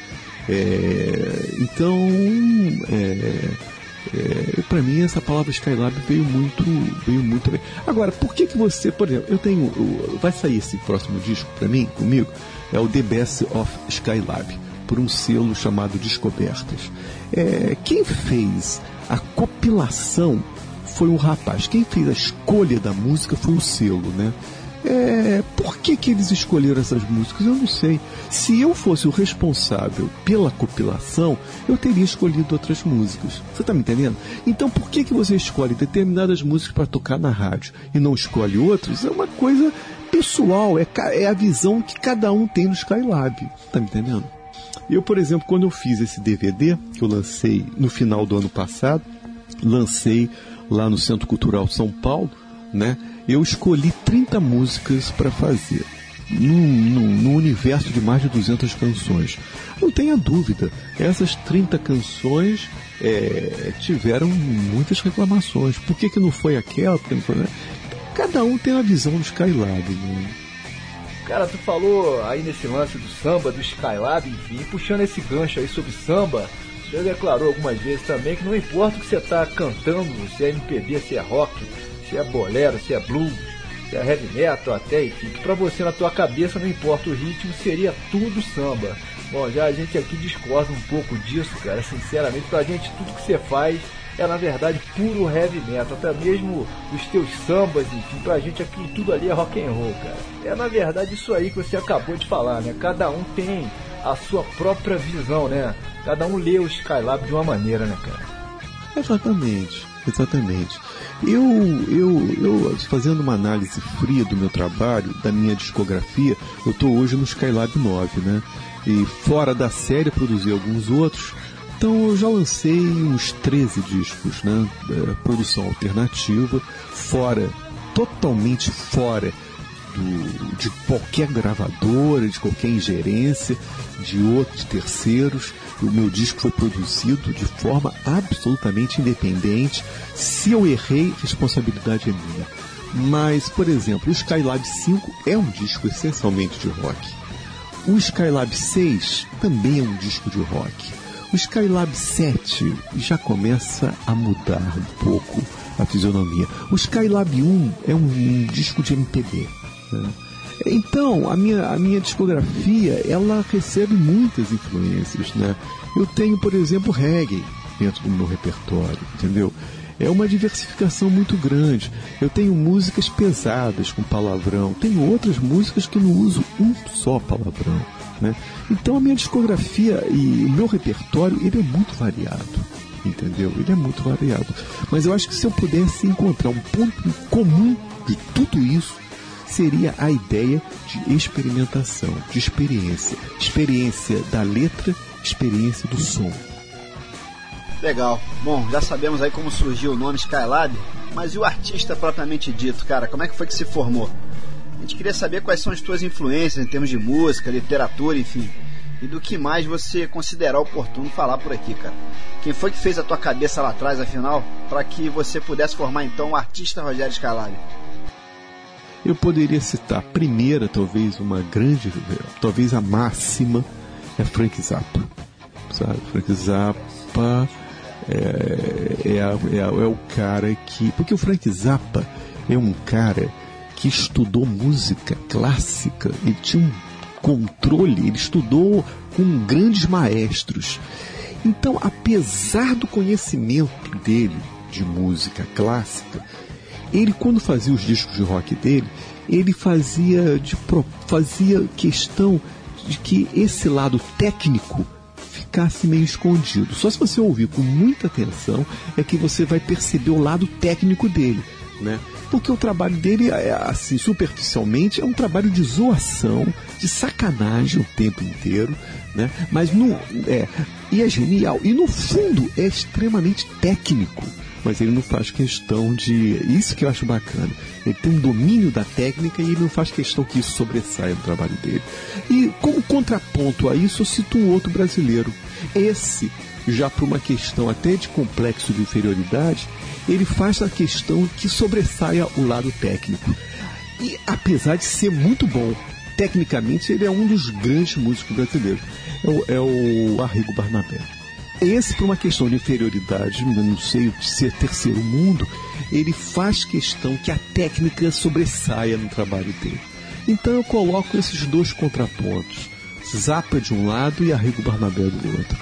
É então, é, é, para mim, essa palavra Skylab veio muito, veio muito bem. Agora, por que que você, por exemplo, eu tenho, vai sair esse próximo disco para mim, comigo, é o The Best of Skylab, por um selo chamado Descobertas. É, quem fez a compilação foi um rapaz. Quem fez a escolha da música foi o selo, né? É, por que que eles escolheram essas músicas? Eu não sei. Se eu fosse o responsável pela compilação, eu teria escolhido outras músicas. Você está me entendendo? Então, por que que você escolhe determinadas músicas para tocar na rádio e não escolhe outras? É uma coisa pessoal, é, é a visão que cada um tem no Skylab. Está me entendendo? Eu, por exemplo, quando eu fiz esse D V D, que eu lancei no final do ano passado, lancei lá no Centro Cultural São Paulo, né? Eu escolhi trinta músicas para fazer, num, num, num universo de mais de duzentas canções. Não tenha dúvida, essas trinta canções é, tiveram muitas reclamações. Por que que não foi aquela? Porque não foi, né? Cada um tem a visão do Skylab, né? Cara, tu falou aí nesse lance do samba, do Skylab, enfim, puxando esse gancho aí sobre samba, você declarou algumas vezes também que não importa o que você tá cantando, se é M P B, se é rock, se é bolero, se é blues, se é heavy metal até, enfim, que pra você na tua cabeça não importa o ritmo, seria tudo samba. Bom, já a gente aqui discorda um pouco disso, cara, sinceramente, pra gente tudo que você faz é na verdade puro heavy metal, até mesmo os teus sambas, enfim, pra gente aqui tudo ali é rock and roll, cara. É na verdade isso aí que você acabou de falar, né? Cada um tem a sua própria visão, né? Cada um lê o Skylab de uma maneira, né, cara? Exatamente, exatamente. Eu, eu, eu, fazendo uma análise fria do meu trabalho, da minha discografia, eu tô hoje no Skylab nove, né? E fora da série produzi alguns outros. Então eu já lancei uns treze discos, né? É, produção alternativa, fora, totalmente fora do, de qualquer gravadora, de qualquer ingerência, de outros terceiros. O meu disco foi produzido de forma absolutamente independente. Se eu errei, responsabilidade é minha. Mas, por exemplo, o Skylab cinco é um disco essencialmente de rock. O Skylab seis também é um disco de rock. O Skylab sete já começa a mudar um pouco a fisionomia. O Skylab um é um, um disco de M P B, né? Então, a minha, a minha discografia, ela recebe muitas influências, né? Eu tenho, por exemplo, reggae dentro do meu repertório, entendeu? É uma diversificação muito grande. Eu tenho músicas pesadas com palavrão, tenho outras músicas que não uso um só palavrão, né? Então a minha discografia e o meu repertório, ele é muito variado, entendeu? Ele é muito variado. Mas eu acho que se eu pudesse encontrar um ponto comum de tudo isso, seria a ideia de experimentação, de experiência. Experiência da letra, experiência do som. Legal. Bom, já sabemos aí como surgiu o nome Skylab, mas e o artista propriamente dito, cara? Como é que foi que se formou? A gente queria saber quais são as tuas influências em termos de música, literatura, enfim. E do que mais você considerar oportuno falar por aqui, cara. Quem foi que fez a tua cabeça lá atrás, afinal, para que você pudesse formar então o artista Rogério Skylab? Eu poderia citar a primeira, talvez uma grande, talvez a máxima, é Frank Zappa. Sabe? Frank Zappa é, é, é, é o cara que... Porque o Frank Zappa é um cara que estudou música clássica, ele tinha um controle, ele estudou com grandes maestros. Então, apesar do conhecimento dele de música clássica, ele, quando fazia os discos de rock dele, ele fazia, de, fazia questão de que esse lado técnico ficasse meio escondido. Só se você ouvir com muita atenção é que você vai perceber o lado técnico dele, né? Porque o trabalho dele, assim, superficialmente, é um trabalho de zoação, de sacanagem o tempo inteiro, né? Mas não, é, e é genial. E no fundo é extremamente técnico. Mas ele não faz questão de... Isso que eu acho bacana. Ele tem um domínio da técnica e ele não faz questão que isso sobressaia no trabalho dele. E como contraponto a isso, eu cito um outro brasileiro. Esse, já por uma questão até de complexo de inferioridade, ele faz a questão que sobressaia o lado técnico. E apesar de ser muito bom, tecnicamente ele é um dos grandes músicos brasileiros. É o, é o Arrigo Barnabé. Esse, por uma questão de inferioridade, não sei se é terceiro mundo, ele faz questão que a técnica sobressaia no trabalho dele. Então eu coloco esses dois contrapontos, Zappa de um lado e Arrigo Barnabé do outro.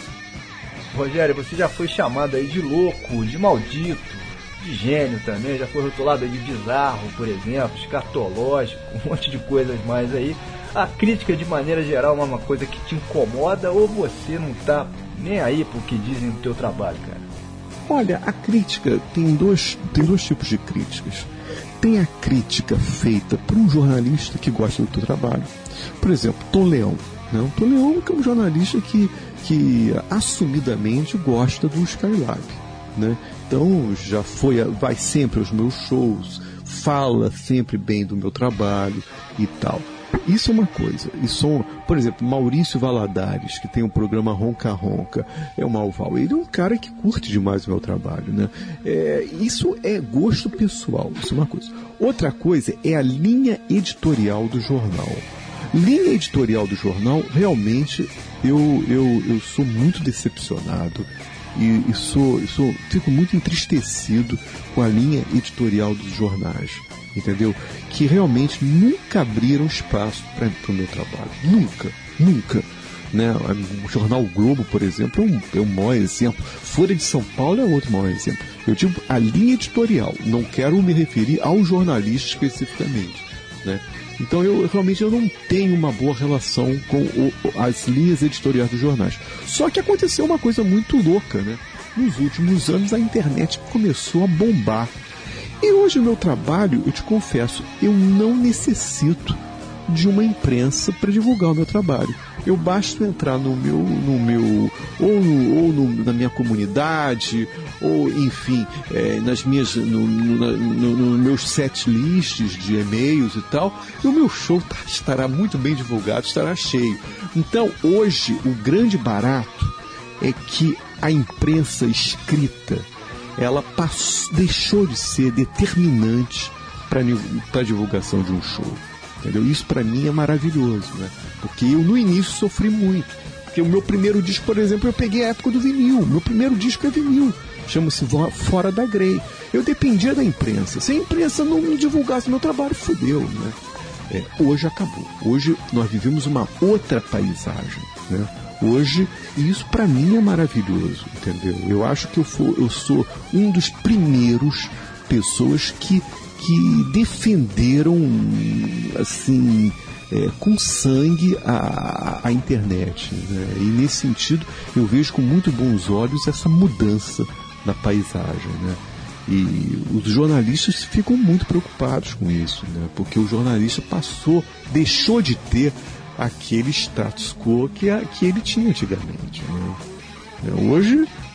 Rogério, você já foi chamado aí de louco, de maldito, de gênio também, já foi rotulado aí de bizarro, por exemplo, escatológico, um monte de coisas mais aí. A crítica, de maneira geral, é uma coisa que te incomoda ou você não está nem aí pro que dizem do teu trabalho, cara? Olha, a crítica tem dois, tem dois tipos de críticas. Tem a crítica feita por um jornalista que gosta do teu trabalho. Por exemplo, Tom Leão. Né? O Tom Leão é um jornalista que, que assumidamente gosta do Skylab. Né? Então já foi, vai sempre aos meus shows, fala sempre bem do meu trabalho e tal. Isso é uma coisa. Isso, por exemplo, Maurício Valadares, que tem um programa Ronca Ronca, é o Malval. Ele é um cara que curte demais o meu trabalho, né? É, isso é gosto pessoal, isso é uma coisa. Outra coisa é a linha editorial do jornal. Linha editorial do jornal, realmente, eu, eu, eu sou muito decepcionado e, e sou, eu sou, fico muito entristecido com a linha editorial dos jornais. Entendeu? Que realmente nunca abriram espaço para o meu trabalho. Nunca, nunca. Né? O jornal o Globo, por exemplo, é um, é um maior exemplo. Folha de São Paulo é outro maior exemplo. Eu digo a linha editorial, não quero me referir ao jornalista especificamente. Né? Então eu realmente eu não tenho uma boa relação com o, as linhas editoriais dos jornais. Só que aconteceu uma coisa muito louca, né? Nos últimos anos a internet começou a bombar. E hoje o meu trabalho, eu te confesso, eu não necessito de uma imprensa para divulgar o meu trabalho. Eu basta entrar no meu, no meu ou, no, ou no, na minha comunidade, ou enfim, é, nas minhas, no, no, no, no meus set lists de e-mails e tal, e o meu show tá, estará muito bem divulgado, estará cheio. Então hoje o grande barato é que a imprensa escrita ela passou, deixou de ser determinante para a divulgação de um show. Entendeu? Isso para mim é maravilhoso, né? Porque eu no início sofri muito. Porque o meu primeiro disco, por exemplo, eu peguei a época do vinil. Meu primeiro disco é vinil. Chama-se Fora da Grey. Eu dependia da imprensa. Se a imprensa não me divulgasse meu trabalho, fodeu, né? É, hoje acabou. Hoje nós vivemos uma outra paisagem, né? Hoje, e isso para mim é maravilhoso, entendeu? Eu acho que eu, for, eu sou um dos primeiros pessoas que, que defenderam, assim, é, com sangue a, a internet, né? E nesse sentido eu vejo com muito bons olhos essa mudança na paisagem, né? E os jornalistas ficam muito preocupados com isso, né? Porque o jornalista passou, deixou de ter aquele status quo que, a, que ele tinha antigamente, né? Hoje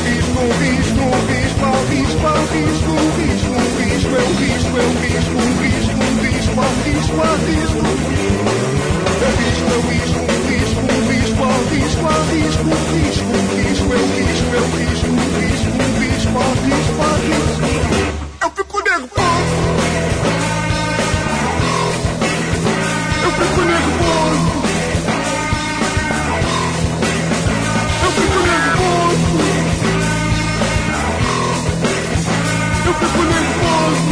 risco, risco, risco, ao risco, ao risco, risco, risco, eu risco, eu risco, risco, risco, ao risco, ao risco. Eu risco, eu risco, risco, risco, ao risco, ao risco, risco, risco, eu risco, eu risco, risco, risco, ao risco, ao risco. Eu fico nervoso. Eu fico nervoso. Eu fico nervoso. Eu fico nervoso.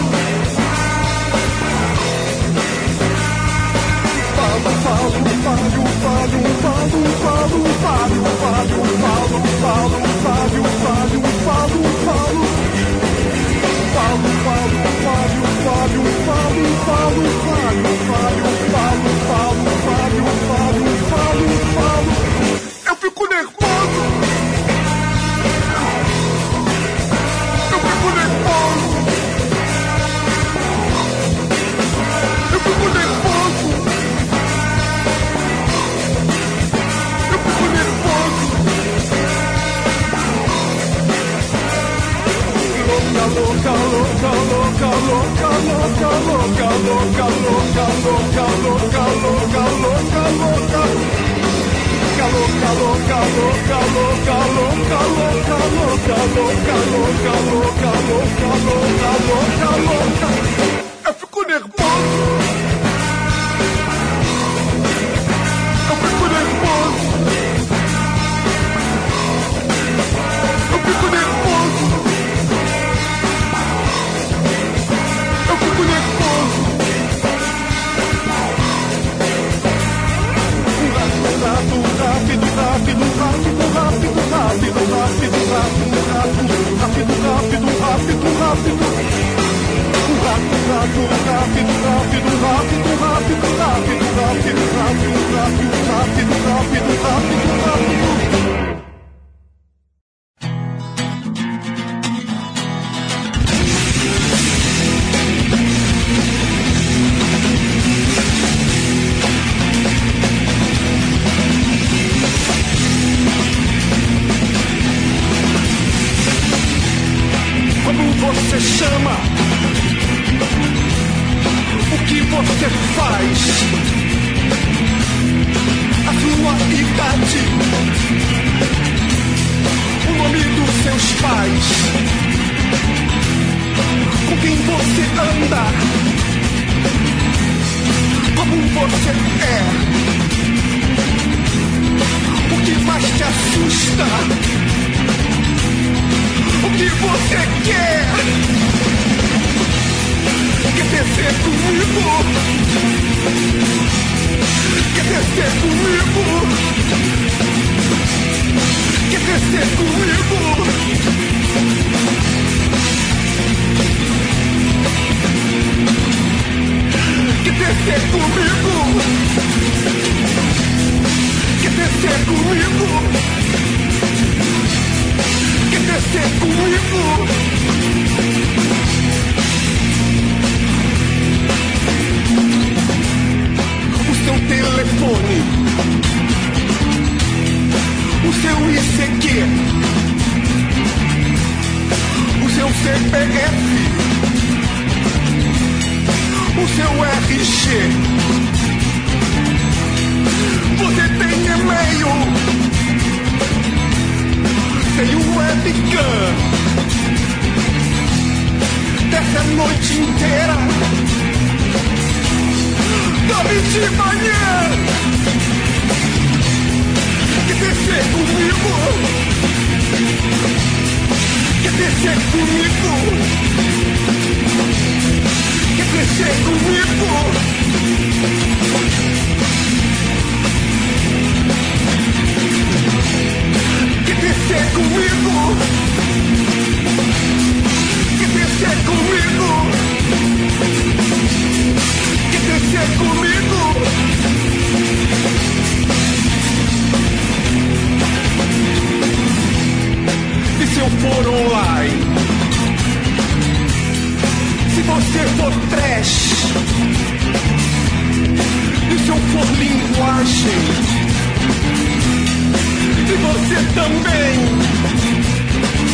Falo, falo, falo, falo, falo, falo, falo, falo, falo, falo, falo, falo, falo, falo. Falo, falo, falo, falo, falo, falo, falo, falo, falo, falo, falo, falo, falo, falo. Eu fico nervoso. Eu fico nervoso. Eu fico nervoso. Eu fico nervoso. Louca, louca, louca, louca, louca, louca, louca, louca, louca, louca, louca, louca, louca, louca. Louca, louca, louca, louca, louca, louca, louca, louca, louca, louca, louca, louca, louca, louca. Eu fico nervoso. Eu fico nervoso. Eu fico nervoso. Eu fico nervoso. Rápido, rápido, rápido, rápido, rápido, rápido, rápido, rápido, rápido, rápido, rápido, rápido, rápido. Rápido, rápido, rápido, rápido, rápido, rápido, rápido, rápido, rápido, rápido, rápido, rápido, rápido. Você chama, o que você faz, a sua idade, o nome dos seus pais, com quem você anda, como você é, o que mais te assusta, o que você quer? Quer descer comigo? Quer descer comigo? Quer descer comigo? Quer descer comigo? Quer descer comigo? Quer descer comigo? O seu telefone, o seu I C Q, o seu C P F, o seu R G. Você tem e-mail, tem um webcam. Dessa noite inteira, dorme de manhã. Quer descer comigo? Quer descer comigo? Quer descer comigo? Quer descer comigo? Quer descer comigo? Quer descer comigo? E se eu for online? Se você for trash? E se eu for linguagem? E você também?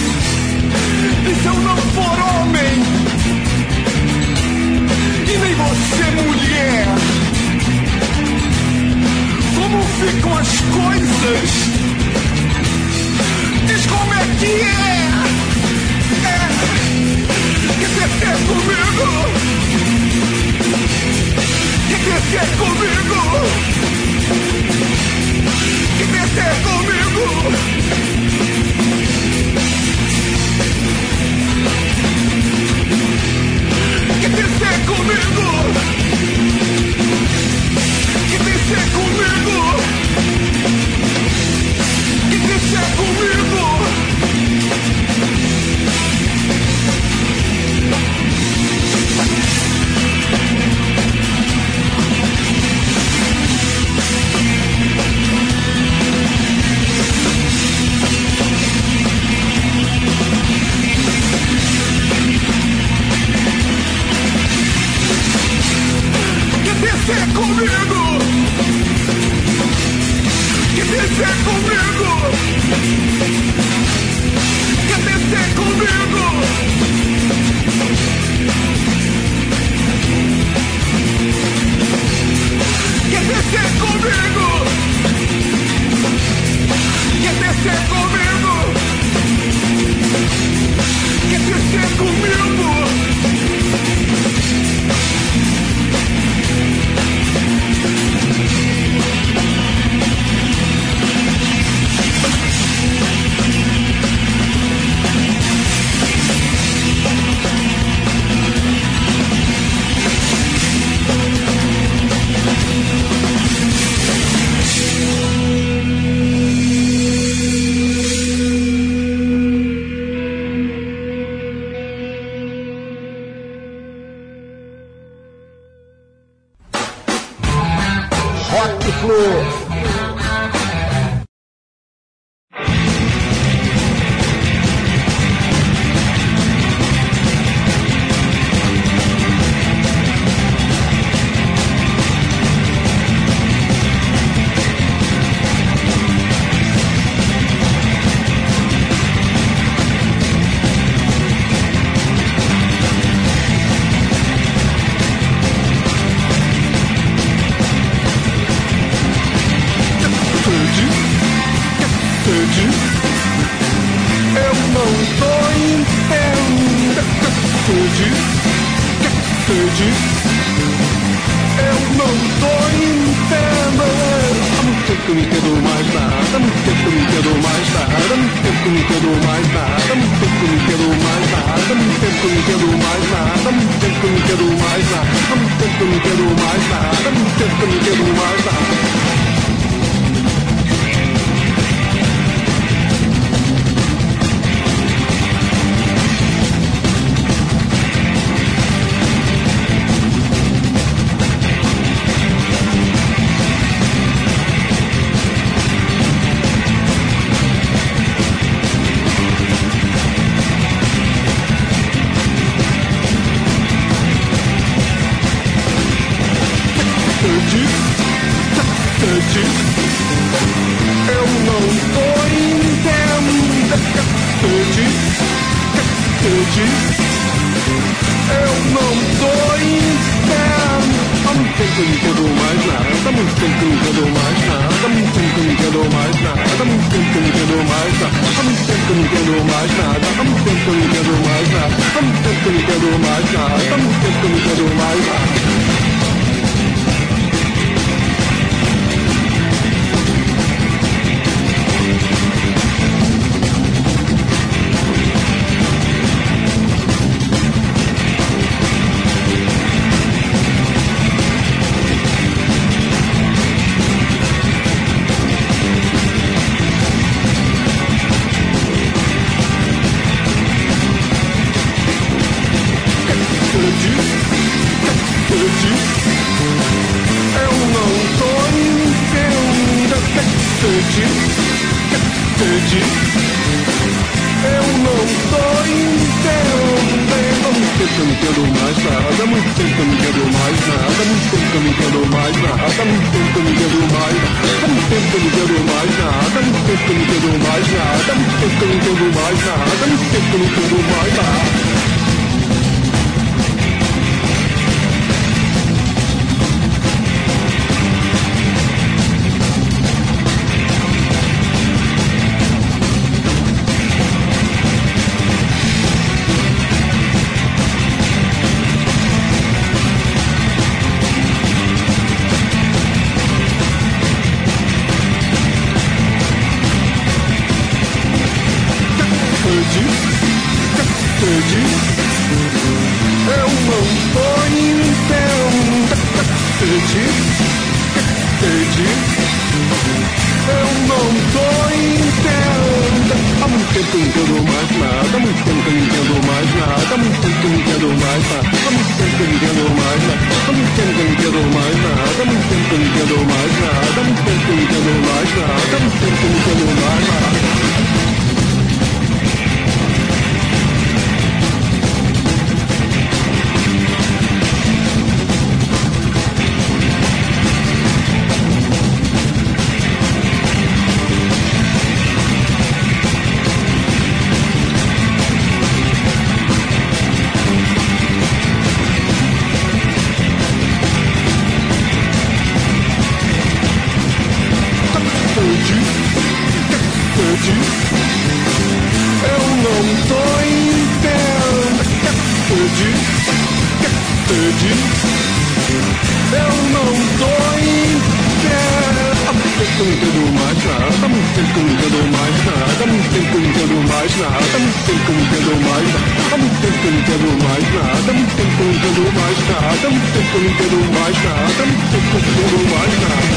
tô entendendo. Captude, captude. Eu não tô entendendo. Há muito tempo que eu não entendo mais nada. Há muito tempo que eu não entendo mais nada. Há muito tempo que eu não entendo mais nada. Há muito tempo que eu não entendo mais nada. Há muito tempo que eu não entendo mais nada. Há muito tempo que eu não entendo mais nada. Há muito tempo que eu não entendo mais nada. Há muito tempo que eu não entendo mais nada.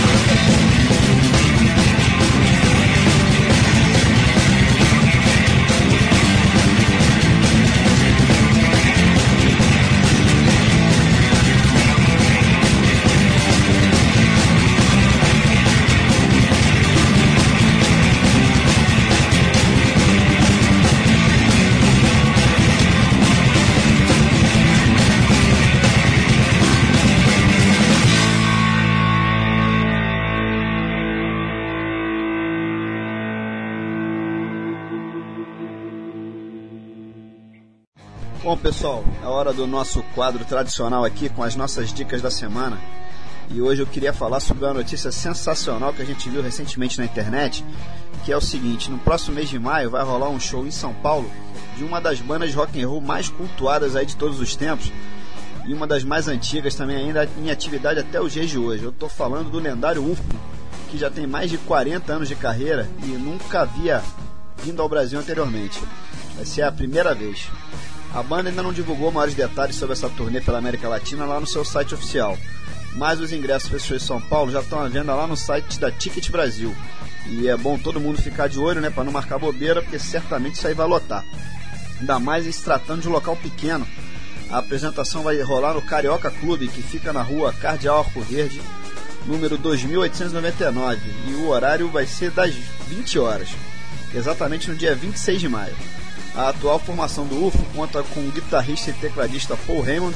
Bom, pessoal, é hora do nosso quadro tradicional aqui com as nossas dicas da semana. E hoje eu queria falar sobre uma notícia sensacional que a gente viu recentemente na internet, que é o seguinte: no próximo mês de maio vai rolar um show em São Paulo de uma das bandas de rock and roll mais cultuadas aí de todos os tempos e uma das mais antigas também, ainda em atividade até os dias de hoje. Eu estou falando do lendário U F O, que já tem mais de quarenta anos de carreira e nunca havia vindo ao Brasil anteriormente. Vai ser a primeira vez. A banda ainda não divulgou maiores detalhes sobre essa turnê pela América Latina lá no seu site oficial, mas os ingressos para esse show em São Paulo já estão à venda lá no site da Ticket Brasil. E é bom todo mundo ficar de olho, né, para não marcar bobeira, porque certamente isso aí vai lotar. Ainda mais em se tratando de um local pequeno. A apresentação vai rolar no Carioca Clube, que fica na rua Cardeal Arco Verde, número dois mil oitocentos e noventa e nove, e o horário vai ser das vinte horas, exatamente no dia vinte e seis de maio. A atual formação do U F O conta com o guitarrista e tecladista Paul Raymond,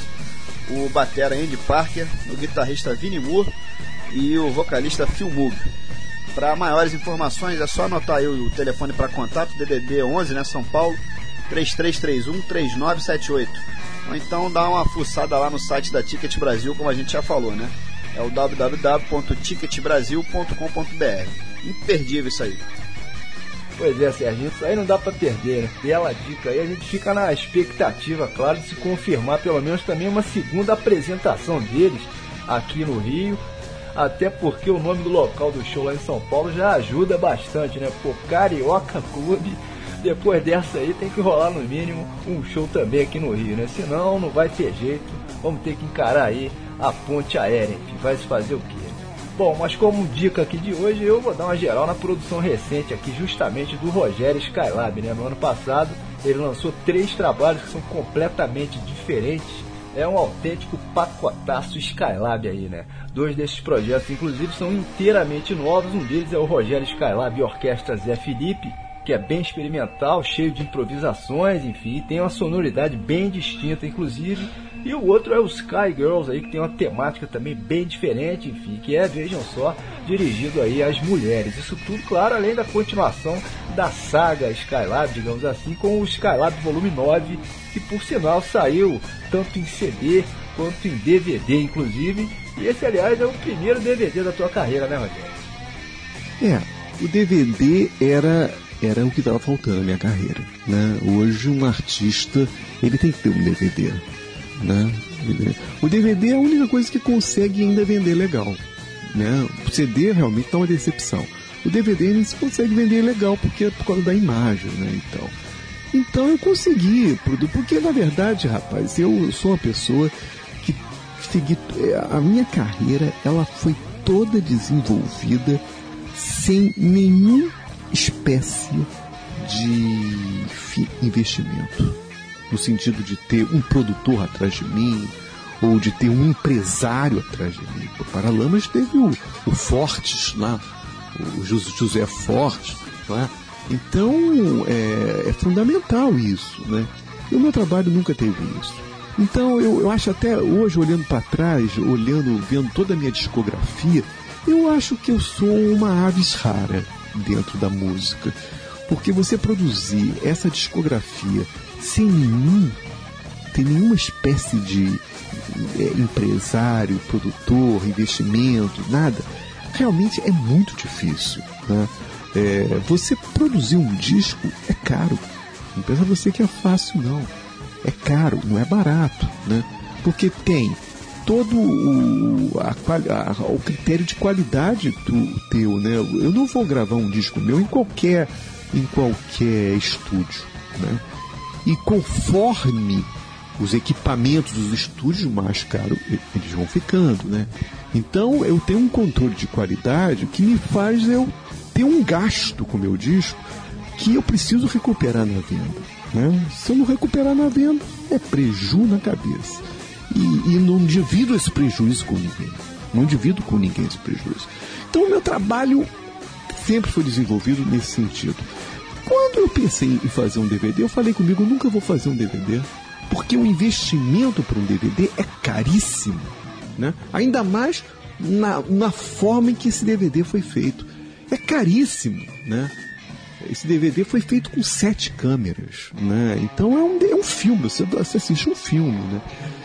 o batera Andy Parker, o guitarrista Vinnie Moore e o vocalista Phil Moog. Para maiores informações é só anotar aí o telefone para contato, D D D onze, né, São Paulo, três três três um, três nove sete oito. Ou então dá uma fuçada lá no site da Ticket Brasil, como a gente já falou, né? É o w w w ponto ticket brasil ponto com ponto b r. Imperdível isso aí. Pois é, Serginho, isso aí não dá pra perder, né? Bela dica aí, a gente fica na expectativa, claro, de se confirmar pelo menos também uma segunda apresentação deles aqui no Rio, até porque o nome do local do show lá em São Paulo já ajuda bastante, né? Pô, Carioca Clube, depois dessa aí tem que rolar no mínimo um show também aqui no Rio, né? Senão não vai ter jeito, vamos ter que encarar aí a ponte aérea, enfim, vai se fazer o quê? Bom, mas como dica aqui de hoje, eu vou dar uma geral na produção recente aqui justamente do Rogério Skylab, né? No ano passado ele lançou três trabalhos que são completamente diferentes. É um autêntico pacotaço Skylab aí, né? Dois desses projetos, inclusive, são inteiramente novos. Um deles é o Rogério Skylab e Orquestra Zé Felipe, que é bem experimental, cheio de improvisações, enfim, tem uma sonoridade bem distinta, inclusive. E o outro é o Sky Girls aí, que tem uma temática também bem diferente, enfim, que é, vejam só, dirigido aí às mulheres. Isso tudo, claro, além da continuação da saga Skylab, digamos assim, com o Skylab Volume nove, que por sinal saiu tanto em C D quanto em D V D, inclusive. E esse, aliás, é o primeiro D V D da tua carreira, né, Rogério? É, o D V D era, era o que estava faltando na minha carreira, né? Hoje um artista, ele tem que ter um D V D. Né? O D V D é a única coisa que consegue ainda vender legal, né? O C D realmente está uma decepção. O D V D ainda se consegue vender legal porque é por causa da imagem, né? Então, então eu consegui, porque na verdade, rapaz, eu sou uma pessoa que segui, a minha carreira ela foi toda desenvolvida sem nenhuma espécie de investimento. No sentido de ter um produtor atrás de mim, ou de ter um empresário atrás de mim. O Paralamas teve o, o Fortes lá, o José Fortes, não é? Então é, é fundamental isso, né? E o meu trabalho nunca teve isso. Então eu, eu acho até hoje, olhando para trás, olhando, vendo toda a minha discografia, eu acho que eu sou uma aves rara dentro da música. Porque você produzir essa discografia sem nenhum, tem nenhuma espécie de é, empresário, produtor, investimento, nada, realmente é muito difícil, né? É, você produzir um disco é caro, Não pensa você que é fácil, não. É caro, não é barato, né? Porque tem todo o, a, a, o critério de qualidade do teu, né? Eu não vou gravar um disco meu em qualquer, em qualquer estúdio, né? E conforme os equipamentos dos estúdios mais caros, eles vão ficando, né? Então eu tenho um controle de qualidade que me faz eu ter um gasto com o meu disco que eu preciso recuperar na venda, né? Se eu não recuperar na venda, é preju na cabeça. E, e não divido esse prejuízo com ninguém. Não divido com ninguém esse prejuízo. Então o meu trabalho sempre foi desenvolvido nesse sentido. Quando eu pensei em fazer um D V D, eu falei comigo, eu nunca vou fazer um D V D, porque o investimento para um D V D é caríssimo, né? Ainda mais na, na forma em que esse D V D foi feito. É caríssimo, né? Esse D V D foi feito com sete câmeras, né? Então é um, é um filme, você, você assiste um filme, né?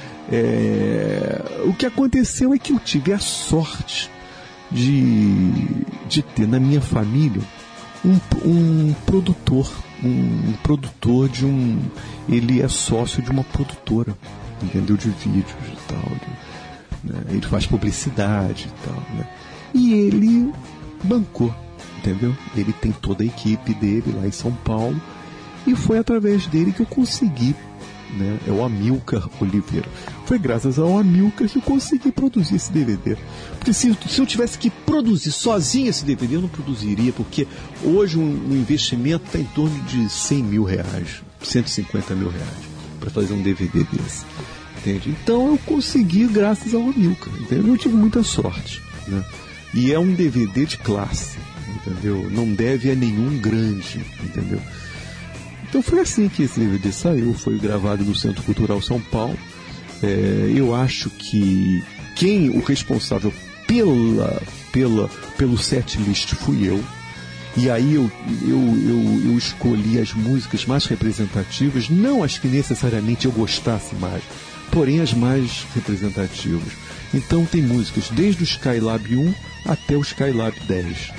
É, o que aconteceu é que eu tive a sorte de, de ter na minha família um, um produtor, um, um produtor de um... Ele é sócio de uma produtora, entendeu? De vídeos e tal, de, né? Ele faz publicidade e tal, né? E ele bancou, entendeu? Ele tem toda a equipe dele lá em São Paulo e foi através dele que eu consegui, né? É o Amilcar Oliveira. Foi graças ao Amilcar que eu consegui produzir esse D V D. Porque se, se eu tivesse que produzir sozinho esse D V D, eu não produziria, porque hoje um, um investimento está em torno de cem mil reais, cento e cinquenta mil reais, para fazer um D V D desse. Entende? Então eu consegui graças ao Amilcar. Entendeu? Eu tive muita sorte, né? E é um D V D de classe, entendeu? Não deve a nenhum grande, entendeu? Então foi assim que esse D V D saiu, foi gravado no Centro Cultural São Paulo. É, eu acho que quem, o responsável pela, pela, pelo set list fui eu. E aí eu, eu, eu, eu escolhi as músicas mais representativas, não as que necessariamente eu gostasse mais, porém as mais representativas. Então tem músicas desde o Skylab um até o Skylab dez.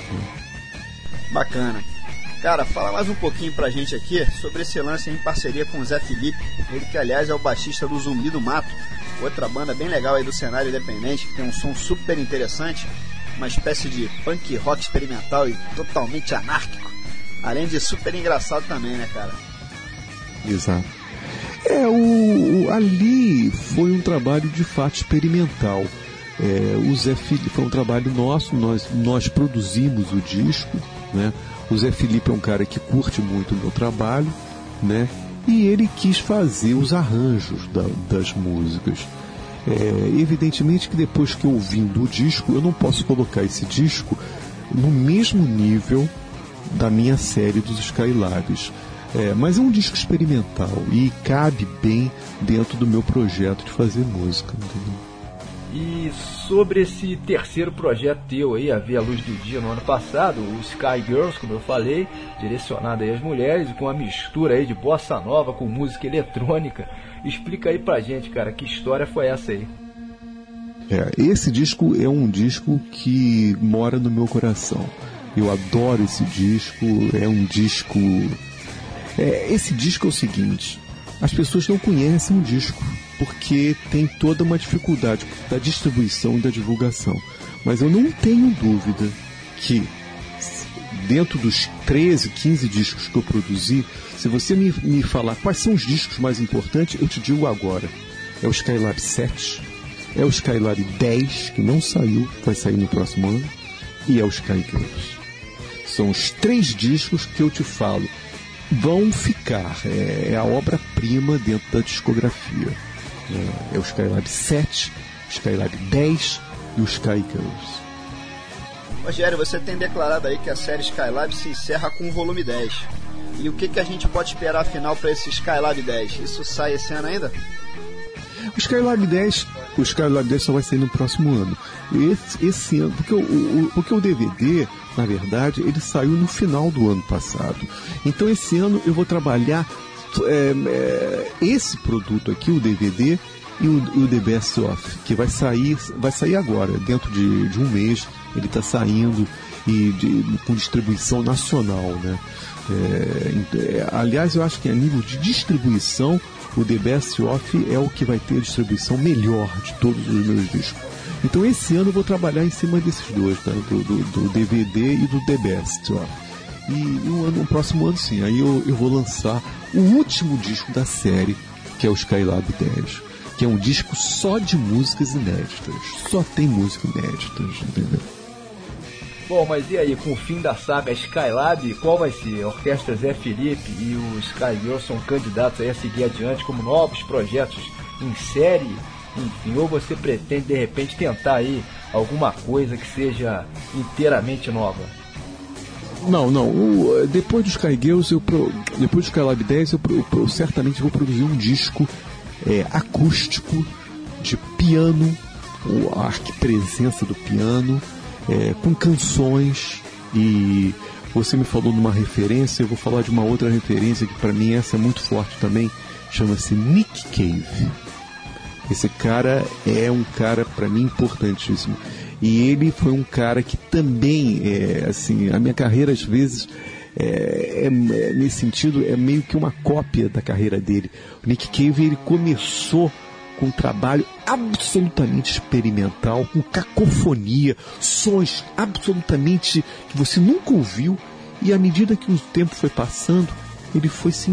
Bacana. Cara, fala mais um pouquinho pra gente aqui sobre esse lance em parceria com o Zé Felipe. Ele que, aliás, é o baixista do Zumbi do Mato, outra banda bem legal aí do cenário independente, que tem um som super interessante, uma espécie de punk rock experimental e totalmente anárquico, além de super engraçado também, né, cara? Exato. É, o, o ali foi um trabalho de fato experimental. É, o Zé Felipe foi um trabalho nosso, nós, nós produzimos o disco, né? O Zé Felipe é um cara que curte muito o meu trabalho, né? E ele quis fazer os arranjos da, das músicas. É, evidentemente que depois que eu ouvindo o disco, eu não posso colocar esse disco no mesmo nível da minha série dos Skylabs. É, mas é um disco experimental e cabe bem dentro do meu projeto de fazer música, entendeu? E sobre esse terceiro projeto teu aí, A Ver a Luz do Dia, no ano passado, o Sky Girls, como eu falei, direcionado aí às mulheres, com uma mistura aí de bossa nova com música eletrônica. Explica aí pra gente, cara, que história foi essa aí? É, esse disco é um disco que mora no meu coração. Eu adoro esse disco, é um disco... É, esse disco é o seguinte, as pessoas não conhecem o disco, porque tem toda uma dificuldade da distribuição e da divulgação. Mas eu não tenho dúvida que, dentro dos treze, quinze discos que eu produzi, se você me, me falar quais são os discos mais importantes, eu te digo agora. É o Skylab sete, é o Skylab dez, que não saiu, vai sair no próximo ano, e é o Sky Girls. São os três discos que eu te falo, vão ficar, é, é a obra-prima dentro da discografia. É, é o Skylab sete, o Skylab dez e o Sky Girls. Rogério, você tem declarado aí que a série Skylab se encerra com o volume dez. E o que, que a gente pode esperar afinal para esse Skylab dez? Isso sai esse ano ainda? O Skylab dez, o Skylab dez só vai sair no próximo ano. Esse, esse ano, porque o, o, porque o D V D, na verdade, ele saiu no final do ano passado. Então esse ano eu vou trabalhar é, é, esse produto aqui, o D V D e o, o The Best Of, que vai sair, vai sair agora, dentro de, de um mês, ele está saindo e de, com distribuição nacional, né? É, aliás, eu acho que a nível de distribuição, o The Best Of é o que vai ter a distribuição melhor de todos os meus discos. Então esse ano eu vou trabalhar em cima desses dois, tá? do, do, do D V D e do The Best Of. E no, no próximo ano, sim, aí eu, eu vou lançar o último disco da série, que é o Skylab dez, que é um disco só de músicas inéditas. Só tem música inéditas, entendeu? Bom, mas e aí, com o fim da saga Skylab, qual vai ser? A Orquestra Zé Felipe e o Sky Girl são candidatos aí a seguir adiante como novos projetos em série? Enfim, ou você pretende de repente tentar aí alguma coisa que seja inteiramente nova? Não, não. O, depois dos Sky Girls, eu pro, depois do Skylab dez, eu, eu, eu certamente vou produzir um disco é, acústico de piano, a arquipresença do piano, é, com canções. E você me falou de uma referência, eu vou falar de uma outra referência que para mim essa é muito forte também, chama-se Nick Cave. Esse cara é um cara para mim importantíssimo. E ele foi um cara que também, é, assim, a minha carreira às vezes, é, é, é, nesse sentido, é meio que uma cópia da carreira dele. O Nick Cave, ele começou com um trabalho absolutamente experimental, com cacofonia, sons absolutamente que você nunca ouviu, e à medida que o tempo foi passando, ele foi se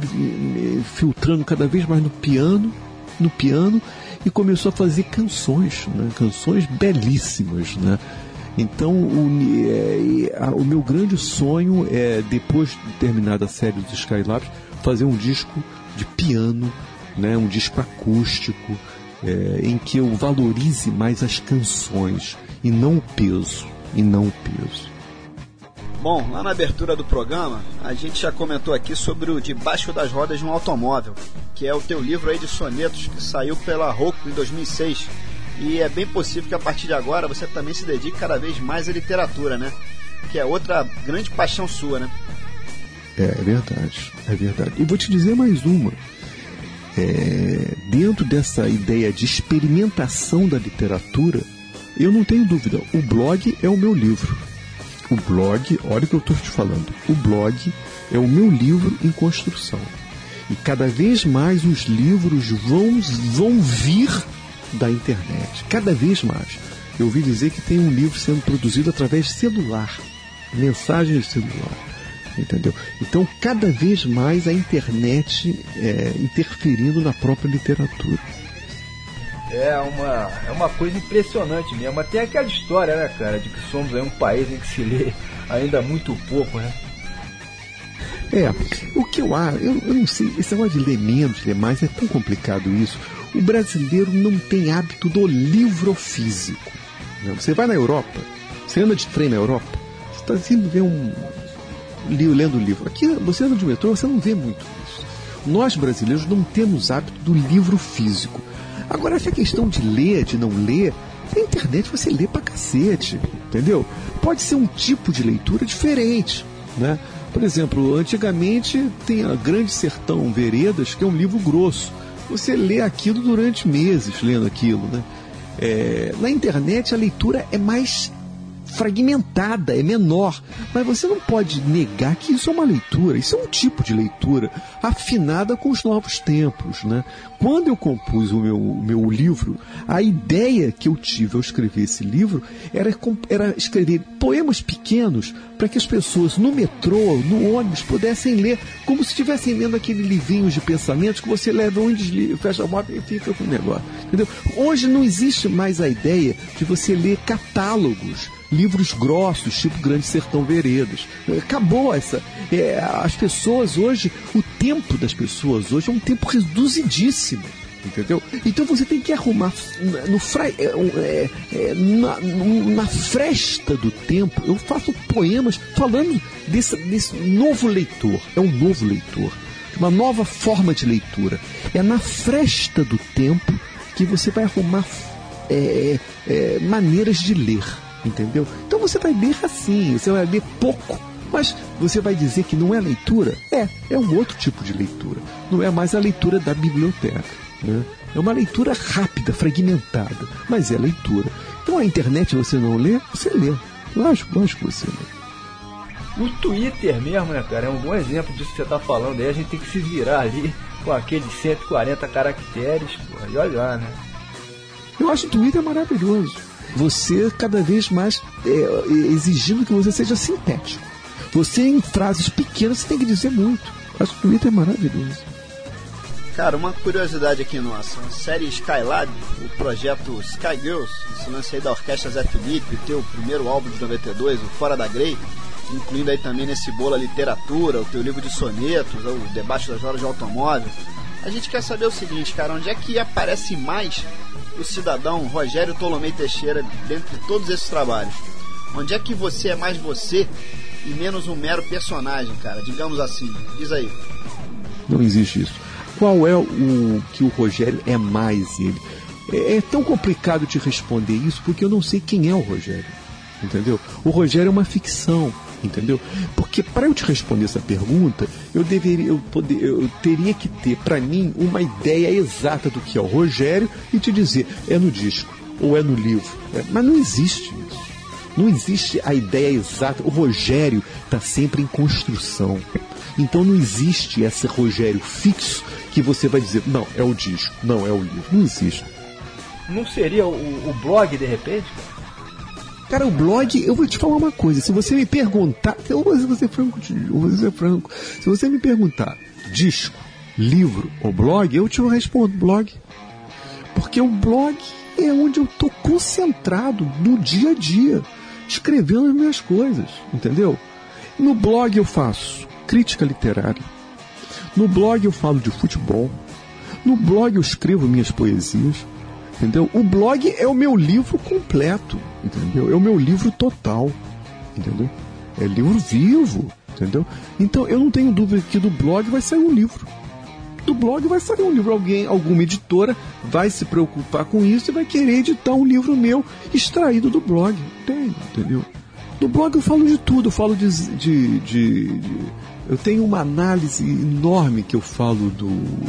filtrando cada vez mais no piano, no piano, e começou a fazer canções, né? Canções belíssimas, né? Então o, é, a, o meu grande sonho é, depois de terminada a série dos Skylabs, fazer um disco de piano, né? Um disco acústico, é, em que eu valorize mais as canções e não o peso, e não o peso. Bom, lá na abertura do programa, a gente já comentou aqui sobre o Debaixo das Rodas de um Automóvel, que é o teu livro aí de sonetos que saiu pela Rocco em dois mil e seis. E é bem possível que a partir de agora você também se dedique cada vez mais à literatura, né? Que é outra grande paixão sua, né? É, é verdade, é verdade. E vou te dizer mais uma. É, dentro dessa ideia de experimentação da literatura, eu não tenho dúvida, o blog é o meu livro. O blog, olha o que eu estou te falando, o blog é o meu livro em construção. E cada vez mais os livros vão, vão vir da internet, cada vez mais. Eu ouvi dizer que tem um livro sendo produzido através de celular, mensagens de celular, entendeu? Então, cada vez mais a internet é, interferindo na própria literatura. É uma, é uma coisa impressionante mesmo. Tem aquela história, né, cara, de que somos aí um país em que se lê ainda muito pouco, né? É, o que eu acho, eu, eu não sei, esse negócio de ler menos, ler mais, é tão complicado isso. O brasileiro não tem hábito do livro físico. Né? Você vai na Europa, você anda de trem na Europa, você está sempre vendo um lendo livro. Aqui, você anda de metrô, você não vê muito isso. Nós brasileiros não temos hábito do livro físico. Agora, essa questão de ler, de não ler, na internet você lê pra cacete, entendeu? Pode ser um tipo de leitura diferente, né? Por exemplo, antigamente tem a Grande Sertão Veredas, que é um livro grosso. Você lê aquilo durante meses, lendo aquilo, né? É, na internet a leitura é mais fragmentada, é menor, mas você não pode negar que isso é uma leitura, isso é um tipo de leitura afinada com os novos tempos, né? Quando eu compus o meu, meu livro, a ideia que eu tive ao escrever esse livro era, era escrever poemas pequenos para que as pessoas no metrô, no ônibus, pudessem ler como se estivessem lendo aqueles livrinhos de pensamentos que você leva um desliga, fecha a moto e fica com o negócio, entendeu? Hoje não existe mais a ideia de você ler catálogos, livros grossos, tipo Grande Sertão Veredas. Acabou essa. É, as pessoas hoje, o tempo das pessoas hoje é um tempo reduzidíssimo, entendeu? Então você tem que arrumar no fra, é, é, na, na fresta do tempo. Eu faço poemas falando desse, desse novo leitor. É um novo leitor, uma nova forma de leitura. É na fresta do tempo que você vai arrumar é, é, maneiras de ler. Entendeu? Então você vai ler assim, você vai ler pouco, mas você vai dizer que não é leitura? É, é um outro tipo de leitura. Não é mais a leitura da biblioteca. né? É uma leitura rápida, fragmentada, mas é leitura. Então a internet você não lê, você lê. Lógico, lógico que você lê. O Twitter mesmo, né, cara, é um bom exemplo disso que você tá falando aí. A gente tem que se virar ali com aqueles cento e quarenta caracteres, porra, e olha lá, né? Eu acho o Twitter maravilhoso. Você cada vez mais é, exigindo que você seja sintético. Você em frases pequenas você tem que dizer muito. Eu acho que o Twitter é maravilhoso. Cara, uma curiosidade aqui nossa, a série Skylab, o projeto Sky Girls, esse lance aí da Orquestra Zé Felipe, o teu primeiro álbum de noventa e dois, o Fora da Grey, incluindo aí também nesse bolo a literatura, o teu livro de sonetos, o Debaixo das Horas de Automóvel. A gente quer saber o seguinte, cara, onde é que aparece mais o cidadão Rogério Tolomei Teixeira dentro de todos esses trabalhos? Onde é que você é mais você e menos um mero personagem, cara, digamos assim? Diz aí. Não existe isso. Qual é o que o Rogério é mais ele? É, é tão complicado de responder isso porque eu não sei quem é o Rogério, entendeu? O Rogério é uma ficção, entendeu? Porque para eu te responder essa pergunta, eu deveria, eu, poder, eu teria que ter para mim uma ideia exata do que é o Rogério e te dizer é no disco ou é no livro, é, mas não existe isso. Não existe a ideia exata. O Rogério está sempre em construção. Então não existe esse Rogério fixo que você vai dizer, não, é o disco, não, é o livro. Não existe. Não seria o, o blog, de repente? Cara, o blog, eu vou te falar uma coisa. Se você me perguntar, eu vou ser franco, eu vou ser franco. Se você me perguntar disco, livro ou blog, eu te respondo blog. Porque o blog é onde eu estou concentrado no dia a dia, escrevendo as minhas coisas, entendeu? No blog eu faço crítica literária. No blog eu falo de futebol. No blog eu escrevo minhas poesias. Entendeu? O blog é o meu livro completo. Entendeu? É o meu livro total. Entendeu? É livro vivo. Entendeu? Então eu não tenho dúvida que do blog vai sair um livro. Do blog vai sair um livro. Alguém, alguma editora vai se preocupar com isso e vai querer editar um livro meu extraído do blog. Tem, entendeu? No blog eu falo de tudo. Eu falo de... de, de, de eu tenho uma análise enorme que eu falo do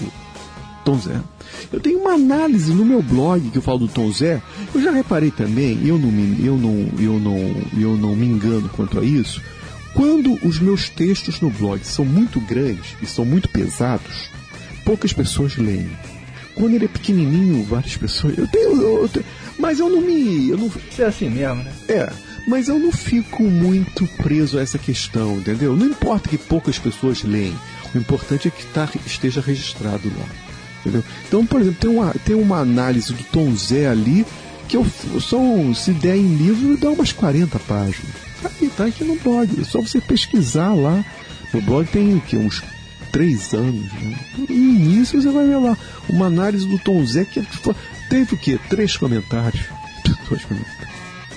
Tom Zé. Eu tenho uma análise no meu blog que eu falo do Tom Zé. Eu já reparei também, eu não me, eu não, eu não, eu não me engano quanto a isso, quando os meus textos no blog são muito grandes e são muito pesados, poucas pessoas leem. Quando ele é pequenininho, várias pessoas... Eu tenho, eu tenho, mas eu não me... Eu não, isso é assim mesmo, né? É... Mas eu não fico muito preso a essa questão, entendeu? Não importa que poucas pessoas leem. O importante é que tá, esteja registrado lá, entendeu? Então, por exemplo, tem uma, tem uma análise do Tom Zé ali que eu, são, se der em livro, dá umas quarenta páginas. Aí, tá aqui no blog. É só você pesquisar lá. O blog tem o quê? Uns três anos. Né? No início você vai ver lá uma análise do Tom Zé que teve o quê? Três comentários. Dois comentários.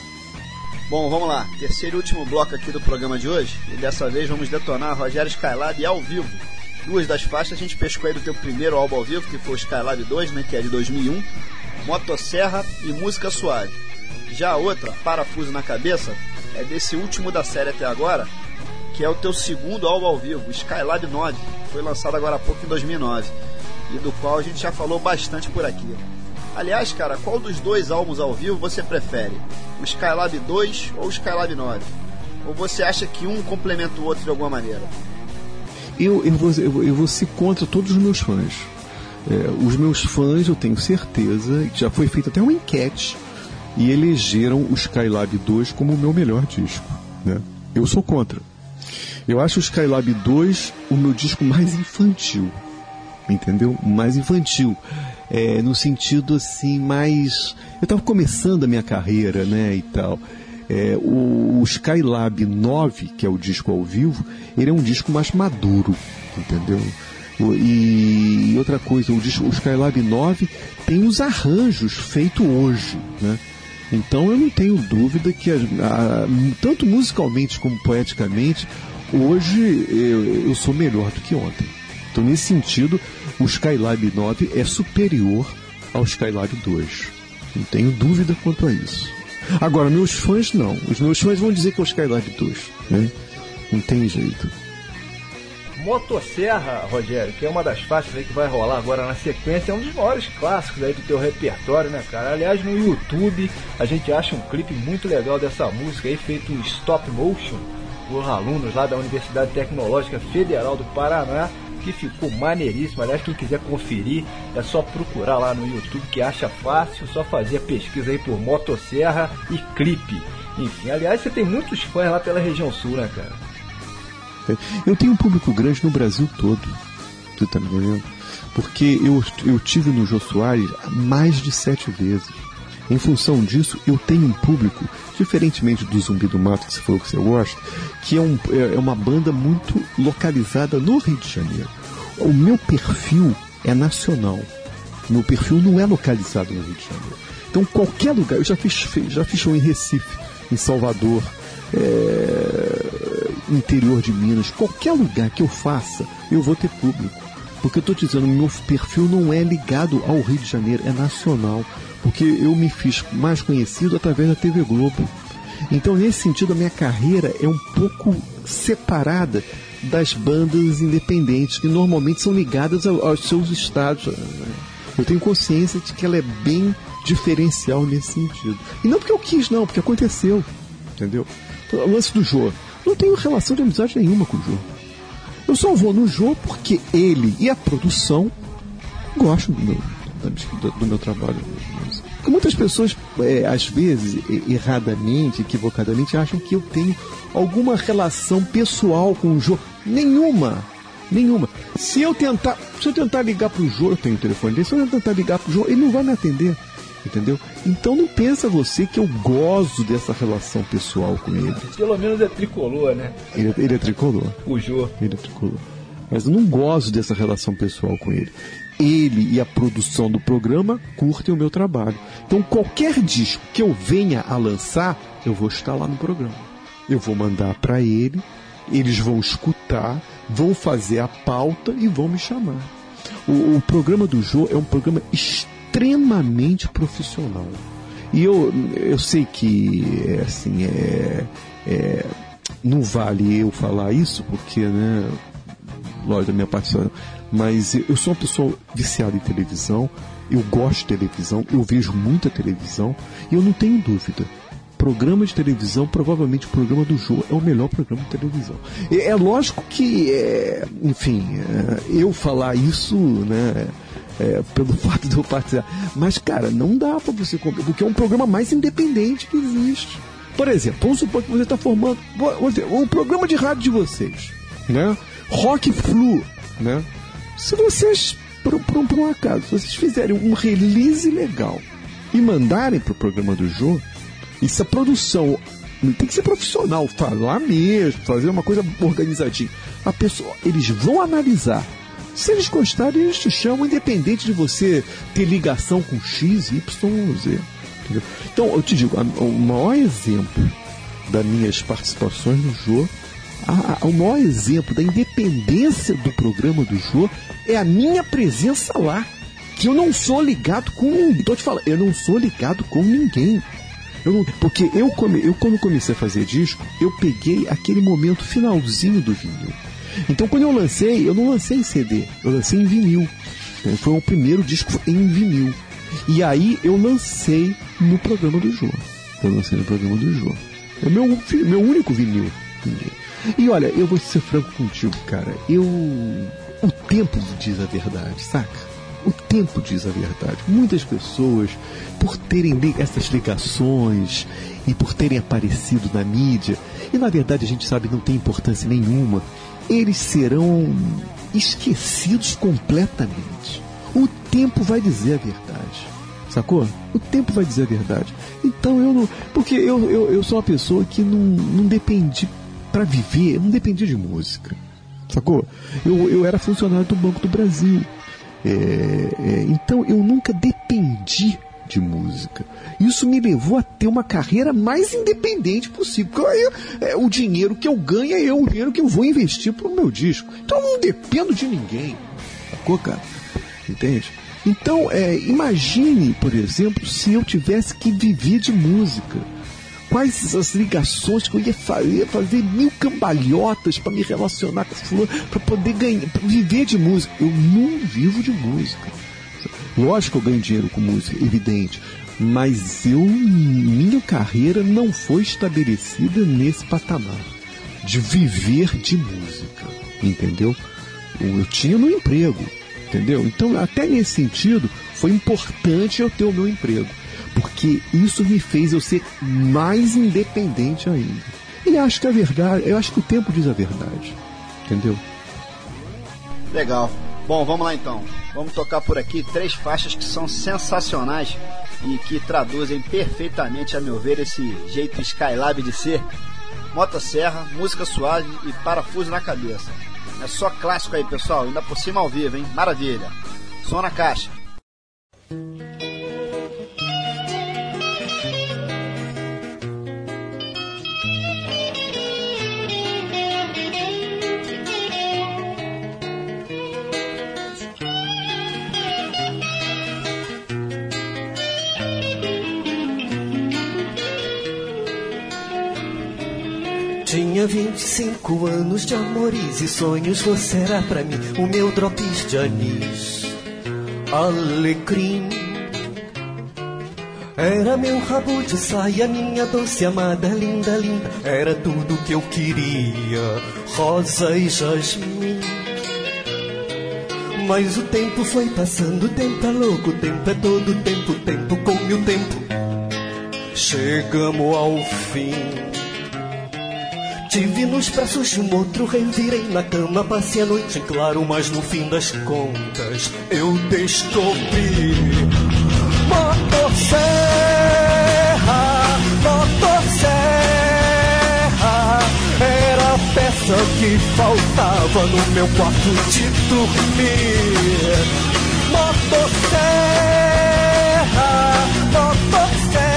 Bom, vamos lá. Terceiro e último bloco aqui do programa de hoje. E dessa vez vamos detonar Rogério Skylab ao vivo. Duas das faixas a gente pescou aí do teu primeiro álbum ao vivo, que foi o Skylab dois, né, que é de dois mil e um. Motosserra e Música Suave. Já a outra, Parafuso na Cabeça, é desse último da série até agora, que é o teu segundo álbum ao vivo, o Skylab nove, que foi lançado agora há pouco em dois mil e nove. E do qual a gente já falou bastante por aqui. Aliás, cara, qual dos dois álbuns ao vivo você prefere? O Skylab dois ou o Skylab nove? Ou você acha que um complementa o outro de alguma maneira? Eu, eu, vou, eu, eu vou ser contra todos os meus fãs. É, os meus fãs, eu tenho certeza, já foi feita até uma enquete, e elegeram o Skylab dois como o meu melhor disco. Né? Eu sou contra. Eu acho o Skylab dois o meu disco mais infantil. Entendeu? Mais infantil. É, no sentido assim, mais... Eu estava começando a minha carreira, né, e tal. É, o, o Skylab nove, que é o disco ao vivo, ele é um disco mais maduro, entendeu? E, e outra coisa, o, disco, o Skylab nove tem os arranjos feitos hoje, né? Então eu não tenho dúvida que, a, a, tanto musicalmente como poeticamente, hoje eu, eu sou melhor do que ontem. Então, nesse sentido, o Skylab nove é superior ao Skylab dois. Não tenho dúvida quanto a isso. Agora, meus fãs não. Os meus fãs vão dizer que é o Skylab dois. Né? Não tem jeito. Motosserra, Rogério, que é uma das faixas aí que vai rolar agora na sequência, é um dos maiores clássicos aí do teu repertório, né, cara? Aliás, no YouTube a gente acha um clipe muito legal dessa música aí, feito em stop motion por alunos lá da Universidade Tecnológica Federal do Paraná, que ficou maneiríssimo. Aliás, quem quiser conferir, é só procurar lá no YouTube, que acha fácil, só fazer a pesquisa aí por Motosserra e clipe. Enfim, aliás, você tem muitos fãs lá pela região sul, né, cara? Eu tenho um público grande no Brasil todo, tu tá me entendendo? Porque eu, eu tive no Jô Soares mais de sete vezes. Em função disso, eu tenho um público, diferentemente do Zumbi do Mato, que você falou que você gosta, que é, um, é uma banda muito localizada no Rio de Janeiro. O meu perfil é nacional. Meu perfil não é localizado no Rio de Janeiro. Então, qualquer lugar, eu já fiz, já fiz show em Recife, em Salvador, é, interior de Minas, qualquer lugar que eu faça, eu vou ter público. Porque eu estou dizendo, meu perfil não é ligado ao Rio de Janeiro, é nacional. Porque eu me fiz mais conhecido através da T V Globo. Então, nesse sentido, a minha carreira é um pouco separada das bandas independentes, que normalmente são ligadas aos seus estados. Eu tenho consciência de que ela é bem diferencial nesse sentido. E não porque eu quis, não, porque aconteceu. Entendeu? Então, o lance do Jô. Não tenho relação de amizade nenhuma com o Jô. Eu só vou no Jô porque ele e a produção gostam do meu, do, do meu trabalho. Porque muitas pessoas, é, às vezes, erradamente, equivocadamente, acham que eu tenho alguma relação pessoal com o Jô. Nenhuma. Nenhuma. Se eu tentar, se eu tentar ligar pro Jô, eu tenho o telefone dele, se eu tentar ligar pro Jô, ele não vai me atender. Entendeu? Então não pensa você que eu gozo dessa relação pessoal com ele. Pelo menos é tricolor, né? Ele, ele é tricolor. O Jô. Ele é tricolor. Mas eu não gozo dessa relação pessoal com ele. Ele e a produção do programa curtem o meu trabalho. Então qualquer disco que eu venha a lançar, eu vou estar lá no programa. Eu vou mandar para ele, eles vão escutar, vão fazer a pauta e vão me chamar. O, o programa do Jô é um programa extremamente profissional. E eu, eu sei que assim, é, é, não vale eu falar isso, porque, né, lógico, da minha parte, mas eu sou uma pessoa viciada em televisão, eu gosto de televisão, eu vejo muita televisão, e eu não tenho dúvida. Programa de televisão, provavelmente o programa do Jô é o melhor programa de televisão. É, é lógico que, é, enfim, é, eu falar isso, né, é, pelo fato de eu participar, mas, cara, não dá pra você comprar, porque é um programa mais independente que existe. Por exemplo, vamos supor que você está formando um programa de rádio de vocês, né? Rock Flu, né? Se vocês, por, por, por um acaso, se vocês fizerem um release legal e mandarem pro programa do Jô, e se a produção tem que ser profissional, falar mesmo, fazer uma coisa organizadinha, a pessoa, eles vão analisar. Se eles gostarem, eles te chamam, independente de você ter ligação com X, Y, Z. Entendeu? Então, eu te digo, a, o maior exemplo das minhas participações no Jô, a, a, o maior exemplo da independência do programa do Jô é a minha presença lá. Que eu não sou ligado com ninguém. Tô te falando, eu não sou ligado com ninguém. Eu não, porque eu, come, eu, quando comecei a fazer disco, eu peguei aquele momento finalzinho do vinil. Então, quando eu lancei, eu não lancei em C D, eu lancei em vinil. Foi o primeiro disco em vinil. E aí eu lancei no programa do Jô. Eu lancei no programa do Jô. É o meu, meu único vinil. E olha, eu vou ser franco contigo, cara. Eu... O tempo diz a verdade, saca? O tempo diz a verdade. Muitas pessoas, por terem essas ligações e por terem aparecido na mídia, e na verdade a gente sabe não tem importância nenhuma, eles serão esquecidos completamente. O tempo vai dizer a verdade, sacou? O tempo vai dizer a verdade. Então eu não... Porque eu, eu, eu sou uma pessoa que não, não dependi para viver, eu não dependi de música, sacou? Eu, eu era funcionário do Banco do Brasil. É, é, então eu nunca dependi de música. Isso me levou a ter uma carreira mais independente possível. Porque eu, é, o dinheiro que eu ganho é eu, o dinheiro que eu vou investir pro meu disco. Então eu não dependo de ninguém. Sacou, cara? Entende? Então, é, imagine, por exemplo, se eu tivesse que viver de música. quais as ligações que eu ia fazer, fazer mil cambalhotas para me relacionar com fulano, para poder ganhar, pra viver de música. Eu não vivo de música. Lógico que eu ganho dinheiro com música, evidente, mas eu, minha carreira não foi estabelecida nesse patamar de viver de música, entendeu? Eu tinha meu emprego, entendeu? Então, até nesse sentido, foi importante eu ter o meu emprego, porque isso me fez eu ser mais independente ainda. E acho que a verdade, eu acho que o tempo diz a verdade, entendeu? Legal. Bom, vamos lá então. Vamos tocar por aqui três faixas que são sensacionais e que traduzem perfeitamente, a meu ver, esse jeito Skylab de ser. Motosserra, música suave e parafuso na cabeça. É só clássico aí, pessoal, ainda por cima ao vivo, hein? Maravilha. Som na caixa. Tinha vinte e cinco anos de amores e sonhos, você era pra mim o meu drops de anis, alecrim. Era meu rabo de saia, minha doce amada, linda, linda. Era tudo que eu queria, rosa e jasmim. Mas o tempo foi passando, o tempo é louco, o tempo é todo o tempo, o tempo come o tempo. Chegamos ao fim. Tive nos braços de um outro, revirei na cama, passei a noite em claro, mas no fim das contas eu descobri. Motosserra, motosserra, era a peça que faltava no meu quarto de dormir. Motosserra, motosserra,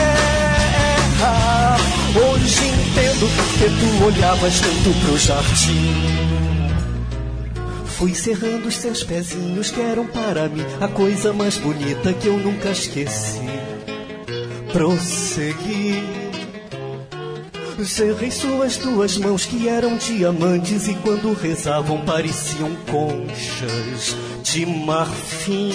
hoje entendo porque tu olhavas tanto pro jardim. Fui cerrando os seus pezinhos que eram para mim a coisa mais bonita que eu nunca esqueci. Prossegui. Cerrei suas duas mãos que eram diamantes e quando rezavam pareciam conchas de marfim.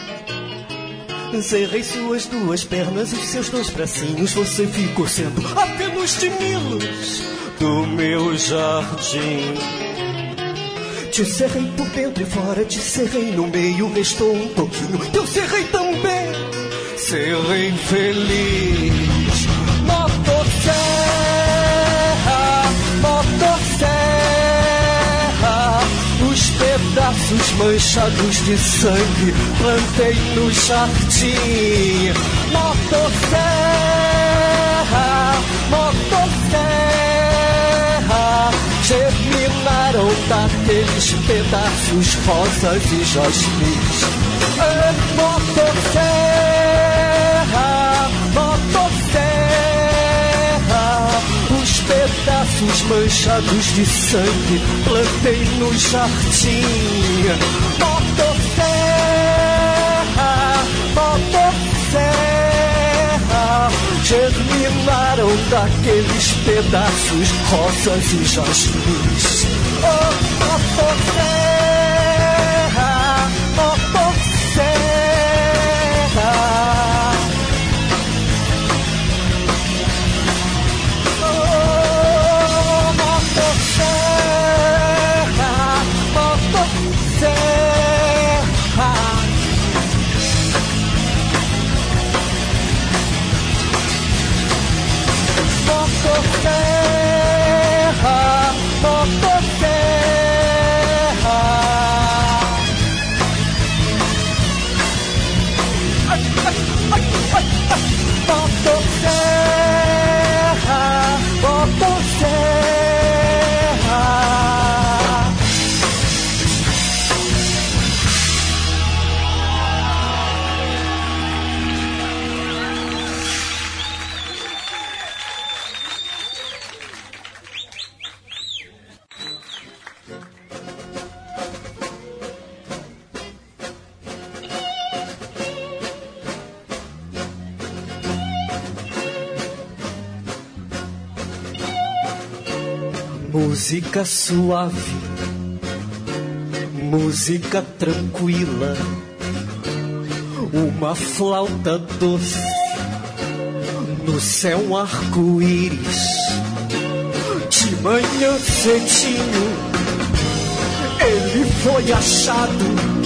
Cerrei suas duas pernas e os seus dois bracinhos, você ficou sendo apenas de milos do meu jardim. Te cerrei por dentro e fora, te cerrei no meio, restou um pouquinho, eu cerrei também, cerrei feliz. Motosserra, motosserra, os pedaços manchados de sangue plantei no jardim. Motosserra, motosserra, germinaram daqueles pedaços rosas e jasmins. É motosserra, motosserra, os pedaços manchados de sangue plantei no jardim. Motosserra, motosserra, germinaram daqueles pedaços rosas e jasmins. Oh, motosserra, motosserra, oh, motosserra, motosserra. Motosserra, motosserra, Música suave, música tranquila, uma flauta doce, no céu um arco-íris. De manhã cedinho, ele foi achado,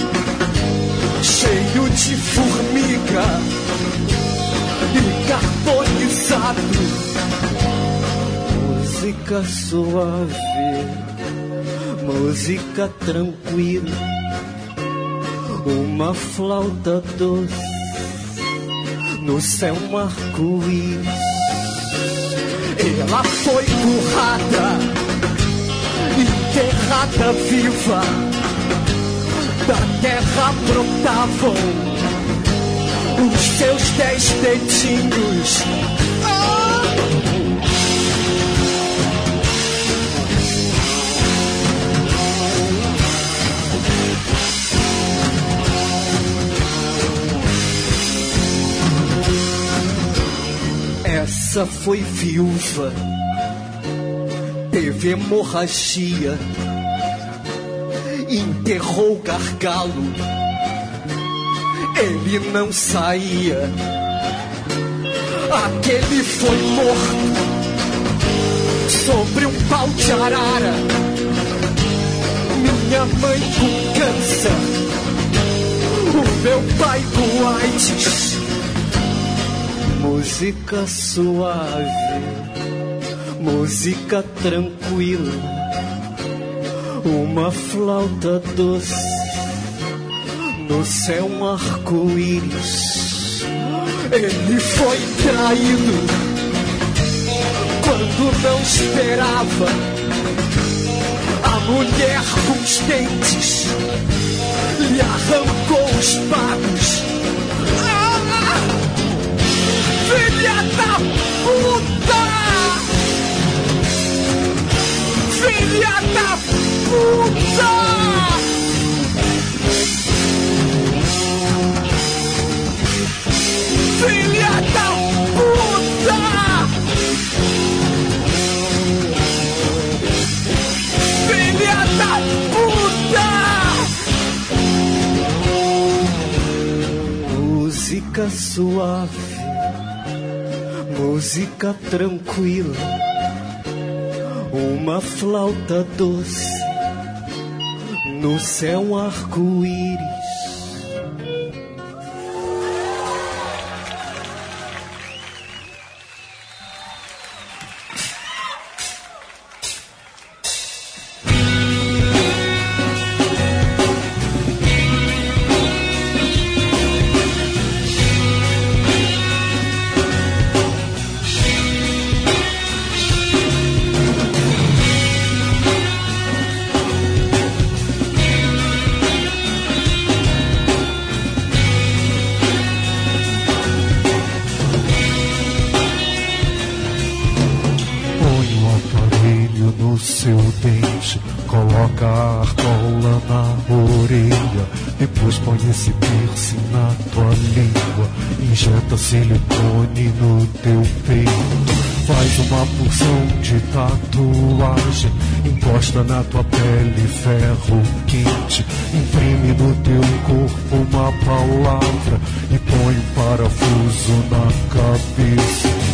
cheio de formiga e carbonizado. Música suave, música tranquila, uma flauta doce, no céu um arco-íris. Ela foi currada, enterrada viva, da terra brotavam os seus dez dedinhos. Ah! Essa foi viúva, teve hemorragia, enterrou o gargalo, ele não saía. Aquele foi morto sobre um pau de arara. Minha mãe com câncer, o meu pai com AIDS. Música suave, música tranquila, uma flauta doce, no céu um arco-íris. Ele foi traído quando não esperava. A mulher com os dentes lhe arrancou os pagos. Filha da puta! Filha da puta! Filha da puta! Filha da puta! Música suave, música tranquila, uma flauta doce, no céu um arco-íris. Coloca a argola na orelha, depois põe esse piercing na tua língua, injeta silicone no teu peito, faz uma porção de tatuagem, encosta na tua pele ferro quente, imprime no teu corpo uma palavra e põe um parafuso na cabeça.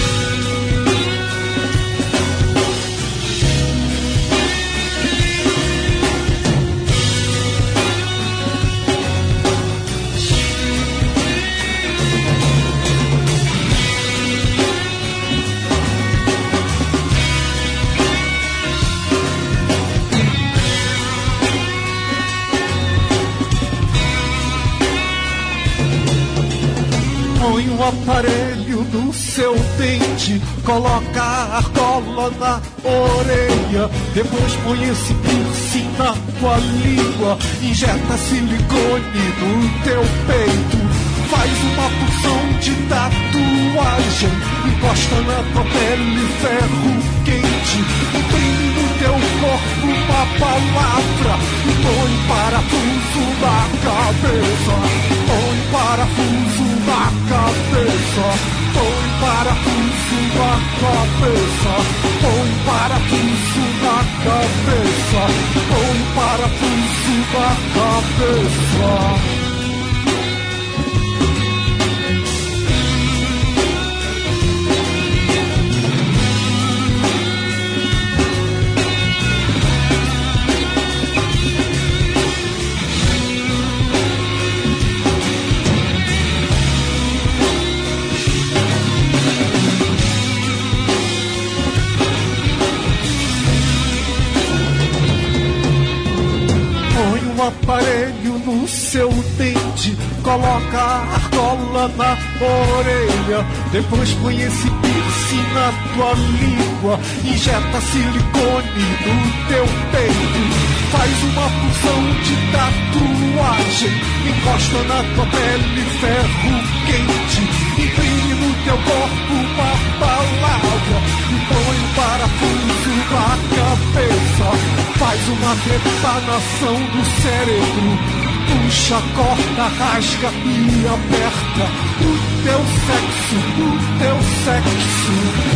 Põe um aparelho no seu dente, coloca a argola na orelha, depois põe esse piercing na tua língua, injeta silicone no teu peito, faz uma porção de tatuagem, encosta na tua pele ferro quente, imprime no teu corpo uma palavra e põe parafuso na cabeça, põe parafuso na cabeça, põe parafuso na cabeça, põe parafuso na cabeça. Aparelho no seu dente, coloca a argola na orelha, depois põe esse piercing na tua língua, injeta silicone no teu peito, faz uma função de tatuagem, encosta na tua pele ferro quente, imprime no teu corpo uma palavra e põe um parafuso na cabeça. Faz uma trepanação do cérebro, puxa, corta, rasga e aperta o teu sexo, o teu sexo.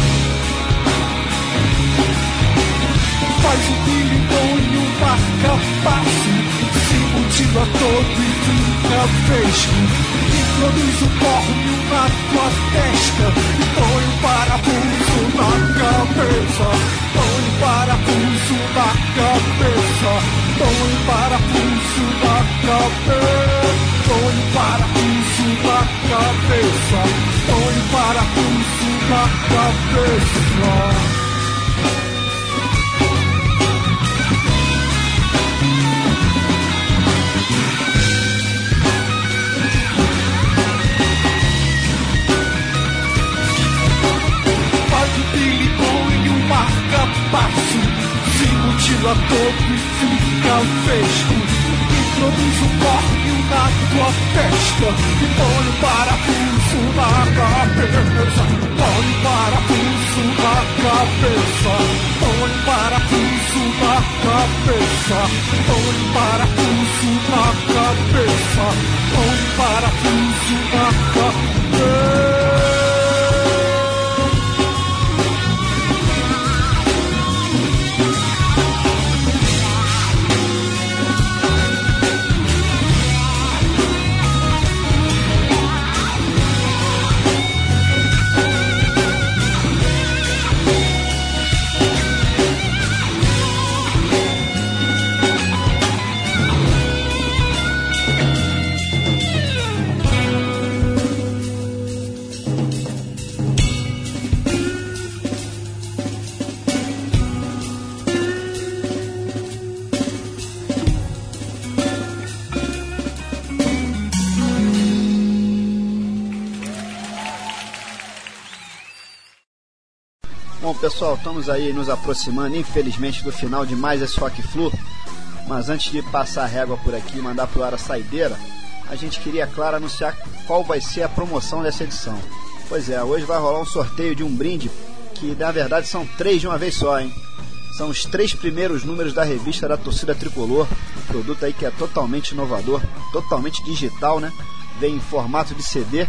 Faz um bilhão e um marca-passo, se mutila todo e fica vesgo. Introduz o córneo na tua testa e põe um parafuso na cabeça. Põe um parafuso na cabeça. Põe um parafuso na cabeça. Põe um parafuso na cabeça. Põe um parafuso na cabeça. Marca-passo, se mutila todo e fica fresco. Introduz um córneo na tua testa e põe um parafuso na cabeça. Põe um parafuso na cabeça. Põe um parafuso na cabeça. Põe um parafuso na cabeça. Põe um parafuso na cabeça. Bom, pessoal, estamos aí nos aproximando, infelizmente, do final de mais esse Rock Flu. Mas antes de passar a régua por aqui e mandar pro ar a saideira, a gente queria, claro, anunciar qual vai ser a promoção dessa edição. Pois é, hoje vai rolar um sorteio de um brinde que, na verdade, são três de uma vez só, hein? São os três primeiros números da revista da Torcida Tricolor, um produto aí que é totalmente inovador, totalmente digital, né? Vem em formato de C D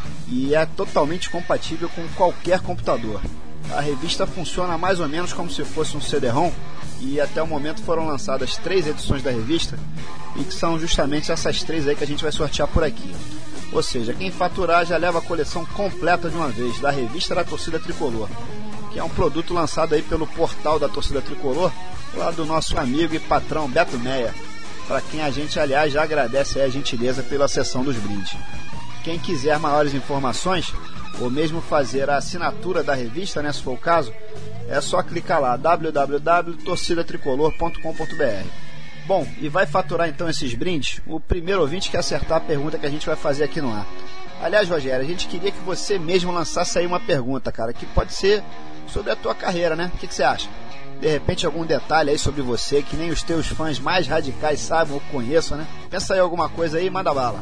e é totalmente compatível com qualquer computador. A revista funciona mais ou menos como se fosse um C D ROM e até o momento foram lançadas três edições da revista e que são justamente essas três aí que a gente vai sortear por aqui. Ou seja, quem faturar já leva a coleção completa de uma vez da revista da Torcida Tricolor, que é um produto lançado aí pelo portal da Torcida Tricolor, lá do nosso amigo e patrão Beto Meia, para quem a gente, aliás, já agradece aí a gentileza pela cessão dos brindes. Quem quiser maiores informações, ou mesmo fazer a assinatura da revista, né, se for o caso, é só clicar lá, w w w ponto torcida tricolor ponto com ponto b r. Bom, e vai faturar então esses brindes o primeiro ouvinte que acertar a pergunta que a gente vai fazer aqui no ar. Aliás, Rogério, a gente queria que você mesmo lançasse aí uma pergunta, cara, que pode ser sobre a tua carreira, né? O que, que você acha? De repente algum detalhe aí sobre você que nem os teus fãs mais radicais sabem ou conheçam, né? Pensa aí alguma coisa aí e manda bala.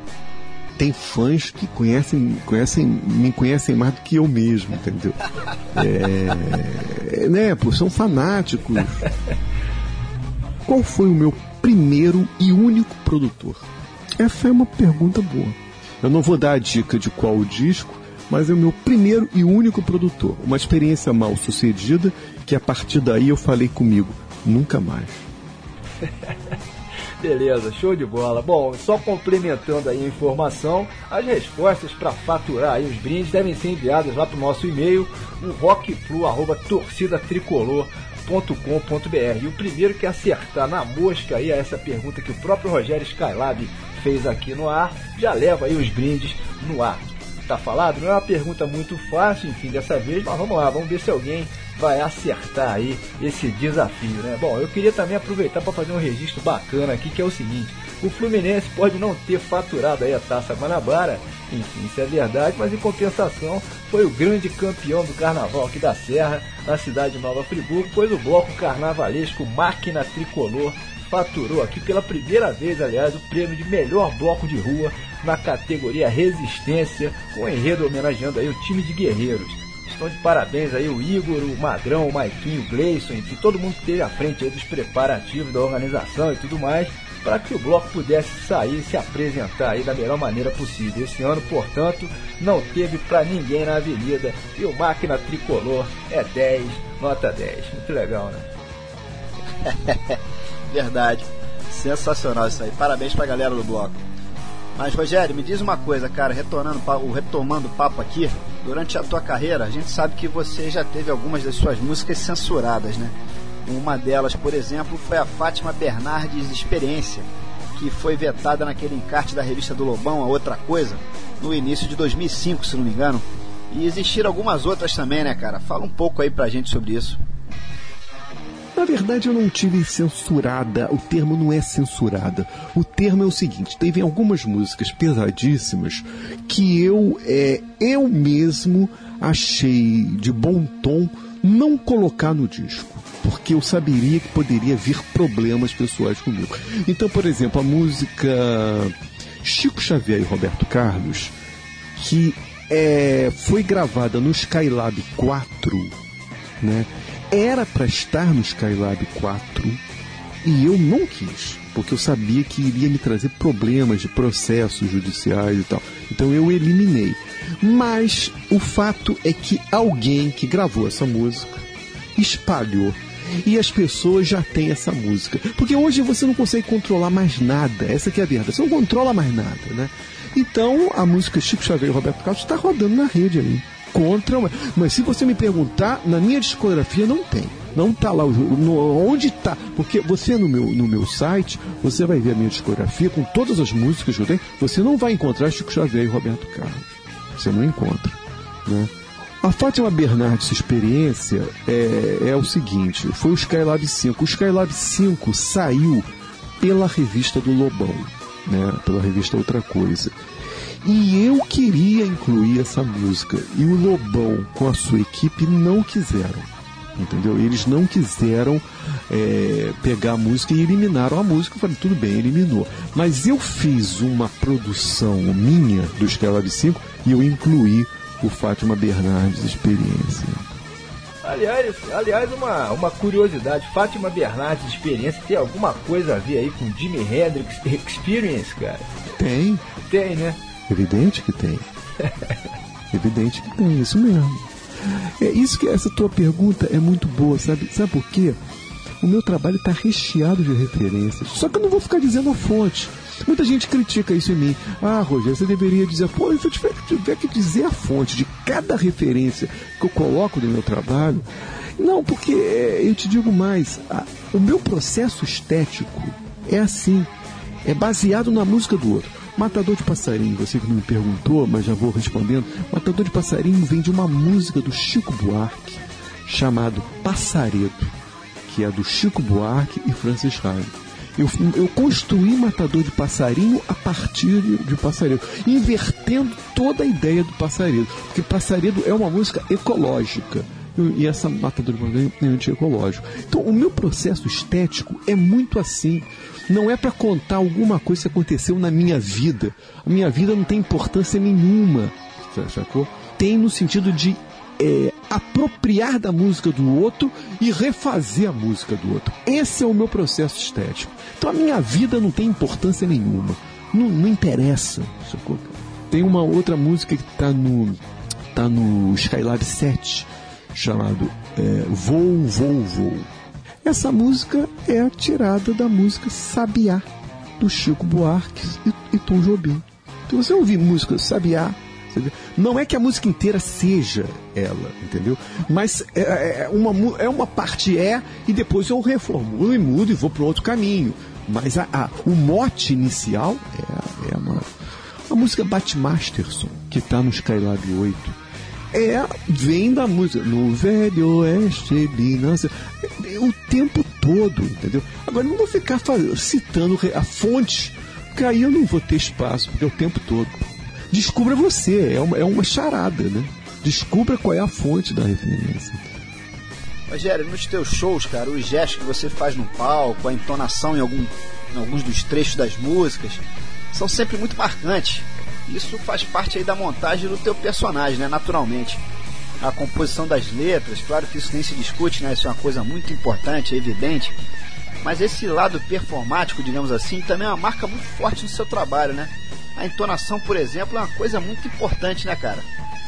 Tem fãs que conhecem, conhecem, me conhecem mais do que eu mesmo, entendeu? É, né, pô, são fanáticos. Qual foi o meu primeiro e único produtor? Essa é uma pergunta boa. Eu não vou dar a dica de qual o disco, mas é o meu primeiro e único produtor. Uma experiência mal sucedida que a partir daí eu falei comigo, nunca mais. Beleza, show de bola. Bom, só complementando aí a informação, as respostas para faturar aí os brindes devem ser enviadas lá para o nosso e-mail, o rockflu arroba torcida tricolor ponto com ponto b r. E o primeiro que acertar na mosca aí a essa pergunta que o próprio Rogério Skylab fez aqui no ar, já leva aí os brindes no ar. Tá falado? Não é uma pergunta muito fácil, enfim, dessa vez, mas vamos lá, vamos ver se alguém vai acertar aí esse desafio, né? Bom, eu queria também aproveitar para fazer um registro bacana aqui, que é o seguinte: o Fluminense pode não ter faturado aí a Taça Guanabara, enfim, isso é verdade, mas em compensação foi o grande campeão do carnaval aqui da Serra, na cidade de Nova Friburgo, pois o bloco carnavalesco Máquina Tricolor faturou aqui pela primeira vez, aliás, o prêmio de melhor bloco de rua na categoria Resistência, com enredo homenageando aí o time de guerreiros. Estão de parabéns aí o Igor, o Magrão, o Maiquinho, o Gleison, enfim, todo mundo que esteve à frente aí dos preparativos da organização e tudo mais, para que o bloco pudesse sair e se apresentar aí da melhor maneira possível. Esse ano, portanto, não teve para ninguém na avenida e o Máquina Tricolor é dez, nota dez. Muito legal, né? Verdade. Sensacional isso aí. Parabéns pra galera do bloco. Mas, Rogério, me diz uma coisa, cara, retornando, retomando o papo aqui, durante a tua carreira, a gente sabe que você já teve algumas das suas músicas censuradas, né? Uma delas, por exemplo, foi a Fátima Bernardes Experiência, que foi vetada naquele encarte da revista do Lobão, A Outra Coisa, no início de dois mil e cinco, se não me engano. E existiram algumas outras também, né, cara? Fala um pouco aí pra gente sobre isso. Na verdade, eu não tive censurada, o termo não é censurada. O termo é o seguinte: teve algumas músicas pesadíssimas que eu, é, eu mesmo achei de bom tom não colocar no disco, porque eu saberia que poderia vir problemas pessoais comigo. Então, por exemplo, a música Chico Xavier e Roberto Carlos, que é, foi gravada no Skylab quatro, né? Era para estar no Skylab quatro e eu não quis, porque eu sabia que iria me trazer problemas de processos judiciais e tal. Então eu eliminei. Mas o fato é que alguém que gravou essa música espalhou. E as pessoas já têm essa música. Porque hoje você não consegue controlar mais nada. Essa que é a verdade. Você não controla mais nada, né? Então a música Chico Xavier e Roberto Carlos está rodando na rede aí. Contra, mas se você me perguntar, na minha discografia não tem, não tá lá, no, onde tá, porque você no meu, no meu site, você vai ver a minha discografia com todas as músicas que eu tenho, você não vai encontrar Chico Xavier e Roberto Carlos, você não encontra, né? A Fátima Bernardes Experiência é, é o seguinte, foi o Skylab cinco, o Skylab cinco saiu pela revista do Lobão, né? Pela revista Outra Coisa. E eu queria incluir essa música. E o Lobão, com a sua equipe, não quiseram. Entendeu? Eles não quiseram é, pegar a música e eliminaram a música. Eu falei, tudo bem, eliminou. Mas eu fiz uma produção minha do Skylab cinco e eu incluí o Fátima Bernardes Experiência. Aliás, aliás uma, uma curiosidade, Fátima Bernardes Experiência tem alguma coisa a ver aí com Jimi Hendrix Experience, cara? Tem. Tem, né? Evidente que tem. Evidente que tem, isso mesmo. É isso que essa tua pergunta é muito boa, sabe? Sabe por quê? O meu trabalho está recheado de referências. Só que eu não vou ficar dizendo a fonte. Muita gente critica isso em mim. Ah, Rogério, você deveria dizer, pô, se eu tiver, tiver que dizer a fonte de cada referência que eu coloco no meu trabalho. Não, porque eu te digo mais, a, o meu processo estético é assim, é baseado na música do outro. Matador de Passarinho, você que não me perguntou, mas já vou respondendo. Matador de Passarinho vem de uma música do Chico Buarque, chamado Passaredo, que é do Chico Buarque e Francis Raio. Eu, eu construí Matador de Passarinho a partir de, de Passaredo, invertendo toda a ideia do Passaredo, porque Passaredo é uma música ecológica, e essa Matador de Passarinho é anti-ecológico. Então o meu processo estético é muito assim. Não é para contar alguma coisa que aconteceu na minha vida. A minha vida não tem importância nenhuma, sacou? Tem no sentido de é, apropriar da música do outro e refazer a música do outro. Esse é o meu processo estético. Então a minha vida não tem importância nenhuma. Não, não interessa, sacou? Tem uma outra música que está no, tá no Skylab sete, chamado é, Voo, Voo, Voo. Essa música é tirada da música Sabiá, do Chico Buarque e, e Tom Jobim. Então você ouvir música Sabiá, não é que a música inteira seja ela, entendeu? Mas é, é, uma, é uma parte é, e depois eu reformulo e mudo e vou para outro caminho. Mas a, a, o mote inicial é, é uma, a música Bat Masterson, que está no Skylab oito. É, vem da música no Velho Oeste, Minas, é, é, o tempo todo, entendeu? Agora não vou ficar faz, citando a fonte, porque aí eu não vou ter espaço, porque é o tempo todo. Descubra você, é uma, é uma charada, né? Descubra qual é a fonte da referência. Rogério, nos teus shows, cara, os gestos que você faz no palco, a entonação em, algum, em alguns dos trechos das músicas, são sempre muito marcantes. Isso faz parte aí da montagem do teu personagem, né? Naturalmente. A composição das letras, claro que isso nem se discute, né? Isso é uma coisa muito importante, é evidente. Mas esse lado performático, digamos assim, também é uma marca muito forte no seu trabalho, né? A entonação, por exemplo, é uma coisa muito importante, né, cara?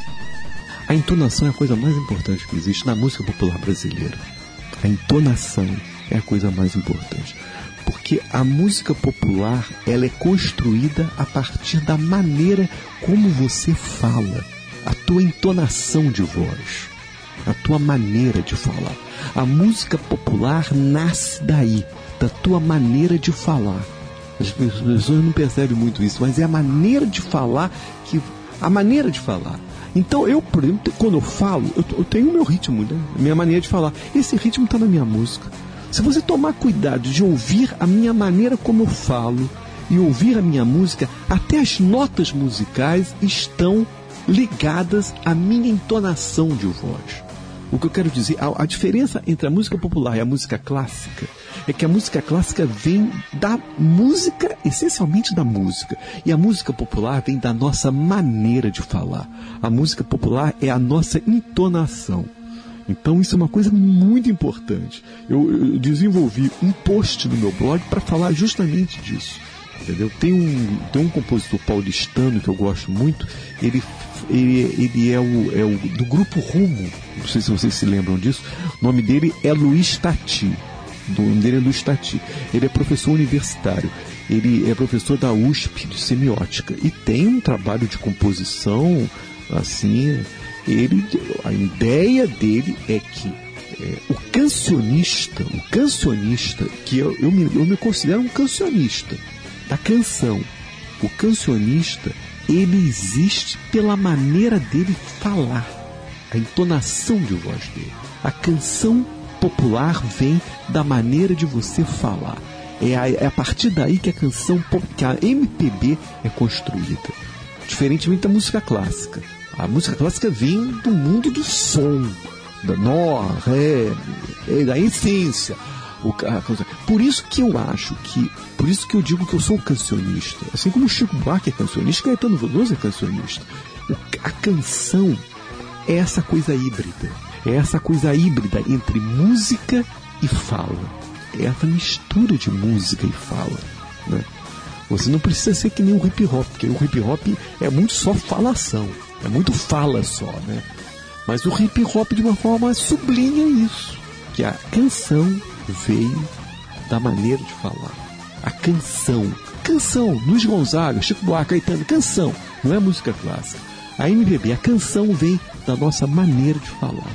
A entonação é a coisa mais importante que existe na música popular brasileira. A entonação é a coisa mais importante. Porque a música popular, ela é construída a partir da maneira como você fala. A tua entonação de voz. A tua maneira de falar. A música popular nasce daí, da tua maneira de falar. As pessoas não percebem muito isso, mas é a maneira de falar que... A maneira de falar. Então, eu, por exemplo, quando eu falo, eu, eu tenho o meu ritmo, né? Minha maneira de falar. Esse ritmo está na minha música. Se você tomar cuidado de ouvir a minha maneira como eu falo e ouvir a minha música, até as notas musicais estão ligadas à minha entonação de voz. O que eu quero dizer, a, a diferença entre a música popular e a música clássica é que a música clássica vem da música, essencialmente da música. E a música popular vem da nossa maneira de falar. A música popular é a nossa entonação. Então isso é uma coisa muito importante. Eu, eu desenvolvi um post no meu blog para falar justamente disso. Entendeu? Tem um, tem um compositor paulistano que eu gosto muito. Ele, ele, ele é, o, é o do grupo Rumo. Não sei se vocês se lembram disso. O nome dele é Luiz Tati. O nome dele é Luiz Tati. Ele é professor universitário. Ele é professor da U S P de semiótica. E tem um trabalho de composição assim. Ele, a ideia dele é que é, o cancionista, o cancionista, que eu, eu, me, eu me considero um cancionista da canção. O cancionista, ele existe pela maneira dele falar, a entonação de voz dele. A canção popular vem da maneira de você falar. É a, é a partir daí que a canção, que a M P B é construída. Diferentemente da música clássica. A música clássica vem do mundo do som, da nó, ré, da essência. O, a, por isso que eu acho que, por isso que eu digo que eu sou cancionista. Assim como o Chico Buarque é cancionista, Caetano Veloso é cancionista. O, a canção é essa coisa híbrida. É essa coisa híbrida entre música e fala. É essa mistura de música e fala, né? Você não precisa ser que nem o hip hop, porque o hip hop é muito só falação. É muito fala só, né? Mas o hip hop de uma forma sublinha isso. Que a canção veio da maneira de falar. A canção. Canção. Luiz Gonzaga, Chico Buarque, Caetano. Canção. Não é música clássica. A M P B, a canção vem da nossa maneira de falar.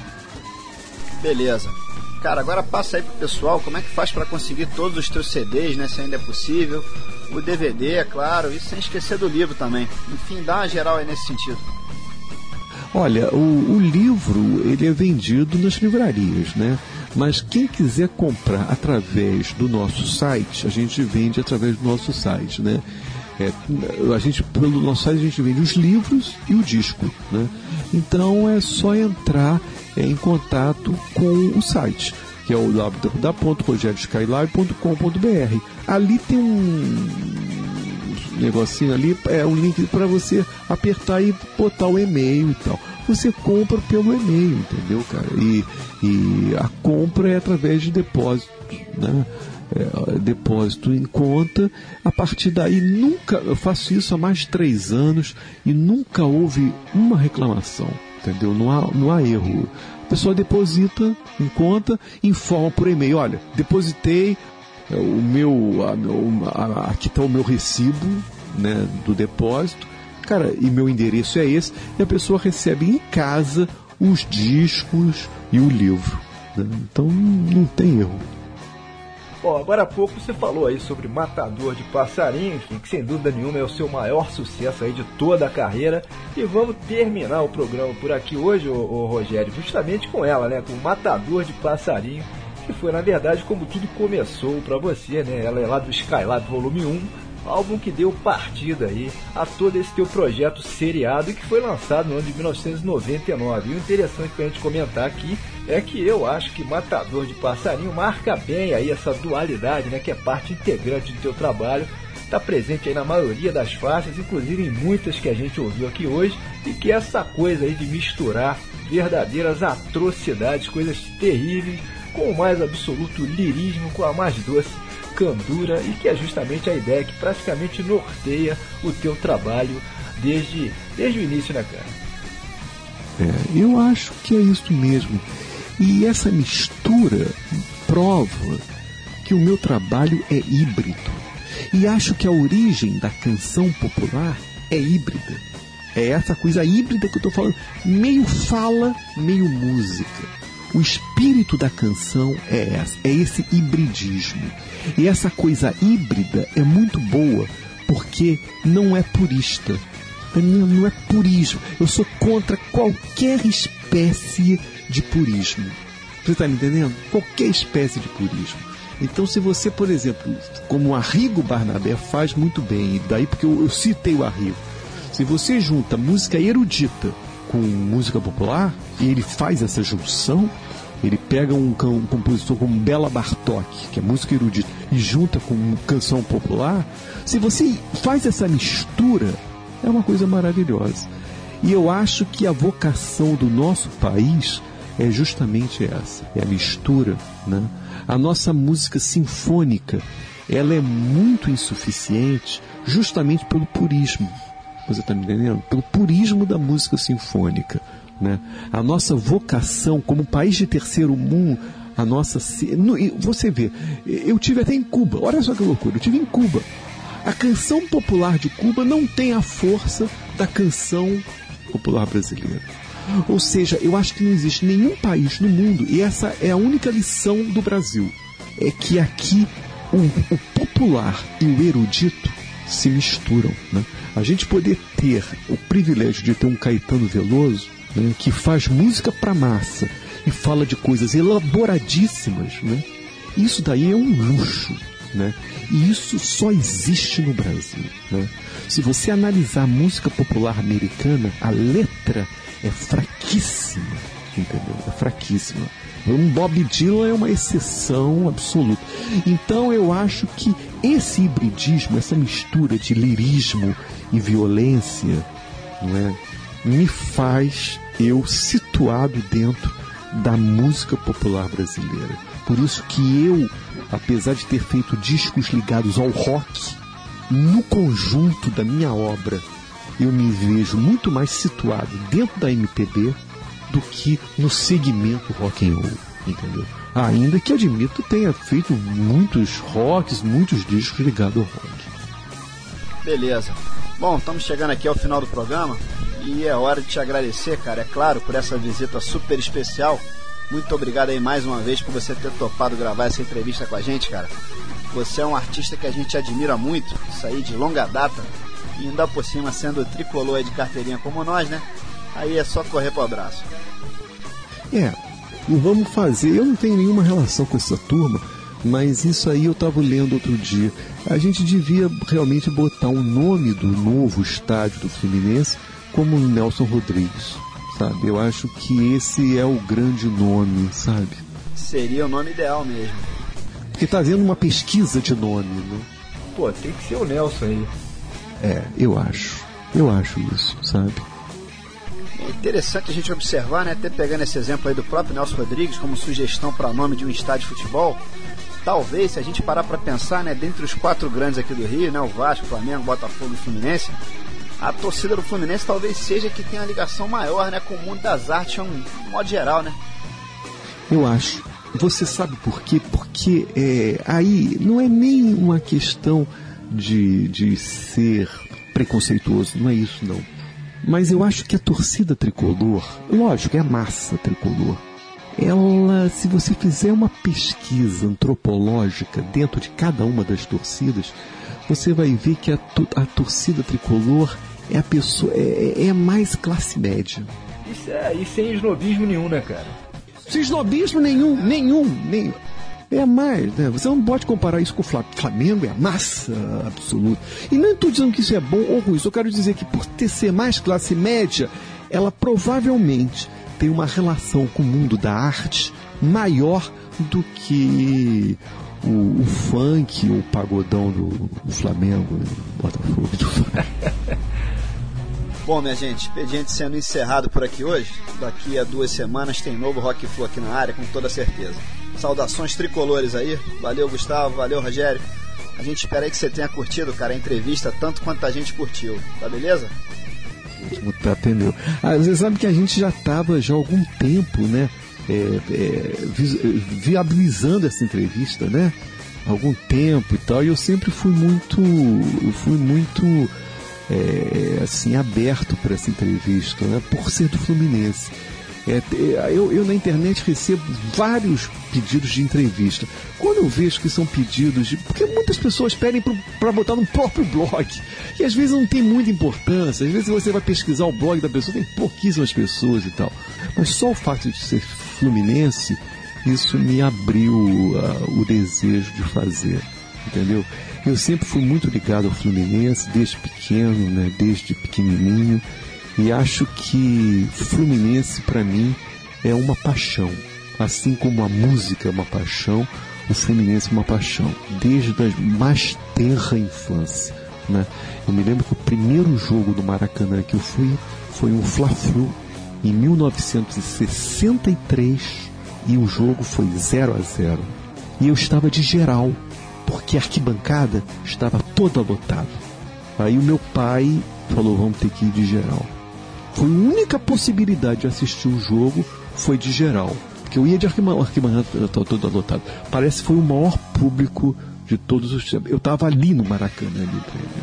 Beleza. Cara, agora passa aí pro pessoal como é que faz para conseguir todos os teus C Ds, né? Se ainda é possível. O D V D, é claro. E sem esquecer do livro também. Enfim, dá uma geral aí nesse sentido. Olha, o, o livro, ele é vendido nas livrarias, né? Mas quem quiser comprar através do nosso site, a gente vende através do nosso site, né? É, a gente, pelo nosso site a gente vende os livros e o disco, né? Então é só entrar é, em contato com o site, que é o w w w ponto rogério skylab ponto com ponto b r. Ali tem um negocinho ali, é um link para você apertar e botar o e-mail e tal. Você compra pelo e-mail, entendeu, cara? E, e a compra é através de depósito, né? É, depósito em conta. A partir daí, nunca, eu faço isso há mais de três anos e nunca houve uma reclamação, entendeu? Não há, não há erro. A pessoa deposita em conta, informa por e-mail, olha, depositei, o meu, a, a, aqui está o meu recibo, né, do depósito, cara, e meu endereço é esse, e a pessoa recebe em casa os discos e o livro, né? Então não tem erro. Bom, agora há pouco você falou aí sobre Matador de Passarinho, enfim, que sem dúvida nenhuma é o seu maior sucesso aí de toda a carreira. E vamos terminar o programa por aqui hoje, ô, ô Rogério, justamente com ela, né? Com Matador de Passarinho, que foi na verdade como tudo começou pra você, né? Ela é lá do Skylab Volume um, álbum que deu partida aí a todo esse teu projeto seriado e que foi lançado no ano de mil novecentos e noventa e nove. E o interessante pra gente comentar aqui é que eu acho que Matador de Passarinho marca bem aí essa dualidade, né, que é parte integrante do teu trabalho, está presente aí na maioria das faixas, inclusive em muitas que a gente ouviu aqui hoje, e que essa coisa aí de misturar verdadeiras atrocidades, coisas terríveis, com o mais absoluto lirismo, com a mais doce candura, e que é justamente a ideia que praticamente norteia o teu trabalho desde, desde o início, né, cara? É, eu acho que é isso mesmo. E essa mistura prova que o meu trabalho é híbrido. E acho que a origem da canção popular é híbrida. É essa coisa híbrida que eu estou falando. Meio fala, meio música. O espírito da canção é essa, é esse hibridismo. E essa coisa híbrida é muito boa porque não é purista. Não, não é purismo. Eu sou contra qualquer espécie de purismo. Você está me entendendo? Qualquer espécie de purismo. Então, se você, por exemplo, como o Arrigo Barnabé faz muito bem, e daí porque eu, eu citei o Arrigo, se você junta música erudita com música popular, e ele faz essa junção, ele pega um, um compositor como Bela Bartók, que é música erudita, e junta com canção popular, se você faz essa mistura, é uma coisa maravilhosa. E eu acho que a vocação do nosso país é justamente essa, é a mistura, né? A nossa música sinfônica, ela é muito insuficiente justamente pelo purismo. Você está me entendendo? Pelo purismo da música sinfônica, né? A nossa vocação como país de terceiro mundo, a nossa... Você vê, eu tive até em Cuba, olha só que loucura, eu tive em Cuba. A canção popular de Cuba não tem a força da canção popular brasileira. Ou seja, eu acho que não existe nenhum país no mundo, e essa é a única lição do Brasil, é que aqui o, o popular e o erudito se misturam, né? A gente poder ter o privilégio de ter um Caetano Veloso, né, que faz música para massa e fala de coisas elaboradíssimas, né? Isso daí é um luxo, né? E isso só existe no Brasil, né? Se você analisar a música popular americana, a letra é fraquíssima, entendeu? É fraquíssima. Um Bob Dylan é uma exceção absoluta. Então eu acho que esse hibridismo, essa mistura de lirismo e violência, não é, me faz eu situado dentro da música popular brasileira. Por isso que eu, apesar de ter feito discos ligados ao rock, no conjunto da minha obra, eu me vejo muito mais situado dentro da M P B do que no segmento rock and roll, entendeu? Ainda que admito tenha feito muitos rocks, muitos discos ligados ao rock. Beleza. Bom, estamos chegando aqui ao final do programa e é hora de te agradecer, cara, é claro, por essa visita super especial. Muito obrigado aí mais uma vez por você ter topado gravar essa entrevista com a gente, cara. Você é um artista que a gente admira muito, isso aí de longa data, e ainda por cima sendo tricolor aí de carteirinha como nós, né? Aí é só correr pro abraço. É, e vamos fazer, eu não tenho nenhuma relação com essa turma, mas isso aí eu estava lendo outro dia. A gente devia realmente botar o nome do novo estádio do Fluminense como Nelson Rodrigues, sabe? Eu acho que esse é o grande nome, sabe? Seria o nome ideal mesmo. Porque tá havendo uma pesquisa de nome, né? Pô, tem que ser o Nelson aí. É, eu acho. Eu acho isso, sabe? É interessante a gente observar, né? Até pegando esse exemplo aí do próprio Nelson Rodrigues como sugestão para nome de um estádio de futebol. Talvez, se a gente parar para pensar, né? Dentre os quatro grandes aqui do Rio, né? O Vasco, o Flamengo, o Botafogo e o Fluminense, a torcida do Fluminense talvez seja que tem uma ligação maior, né? Com o mundo das artes, de um modo geral, né? Eu acho. Você sabe por quê? Porque é, aí não é nem uma questão de, de ser preconceituoso, não é isso não. Mas eu acho que a torcida tricolor, lógico, é a massa tricolor, ela, se você fizer uma pesquisa antropológica dentro de cada uma das torcidas, você vai ver que a, a torcida tricolor é a pessoa, é, é mais classe média. Isso é, e sem esnobismo nenhum, né, cara? Sem esnobismo nenhum, nenhum, nenhum. É mais, né? Você não pode comparar isso com o Flamengo, é a massa absoluta. E não estou dizendo que isso é bom ou ruim, só quero dizer que por ter ser mais classe média, ela provavelmente tem uma relação com o mundo da arte maior do que o, o funk ou o pagodão do, do Flamengo, do Botafogo do Flamengo. Bom, minha gente, expediente sendo encerrado por aqui hoje. Daqui a duas semanas tem novo Rock Flu aqui na área, com toda certeza. Saudações tricolores aí. Valeu, Gustavo. Valeu, Rogério. A gente espera aí que você tenha curtido, cara, a entrevista tanto quanto a gente curtiu. Tá beleza? Tá, entendeu? Ah, você sabe que a gente já estava já há algum tempo, né? É, é, viabilizando essa entrevista, né? Há algum tempo e tal. E eu sempre fui muito... Eu fui muito... É, assim, aberto para essa entrevista, né, por ser do Fluminense. É, eu, eu na internet recebo vários pedidos de entrevista. Quando eu vejo que são pedidos de... Porque muitas pessoas pedem para botar no próprio blog, e às vezes não tem muita importância. Às vezes você vai pesquisar o blog da pessoa, tem pouquíssimas pessoas e tal. Mas só o fato de ser fluminense, isso me abriu uh, o desejo de fazer, entendeu? Eu sempre fui muito ligado ao Fluminense, desde pequeno, né, desde pequenininho, e acho que Fluminense, para mim, é uma paixão. Assim como a música é uma paixão, o Fluminense é uma paixão, desde a mais tenra infância, né? Eu me lembro que o primeiro jogo do Maracanã que eu fui foi um Fla-Flu, em mil novecentos e sessenta e três, e o jogo foi zero a zero. E eu estava de geral, porque a arquibancada estava toda lotada. Aí o meu pai falou, vamos ter que ir de geral. Foi a única possibilidade de assistir o jogo, foi de geral. Porque eu ia de arquibancada toda lotada. Parece que foi o maior público de todos os tempos. Eu estava ali no Maracanã. Ali,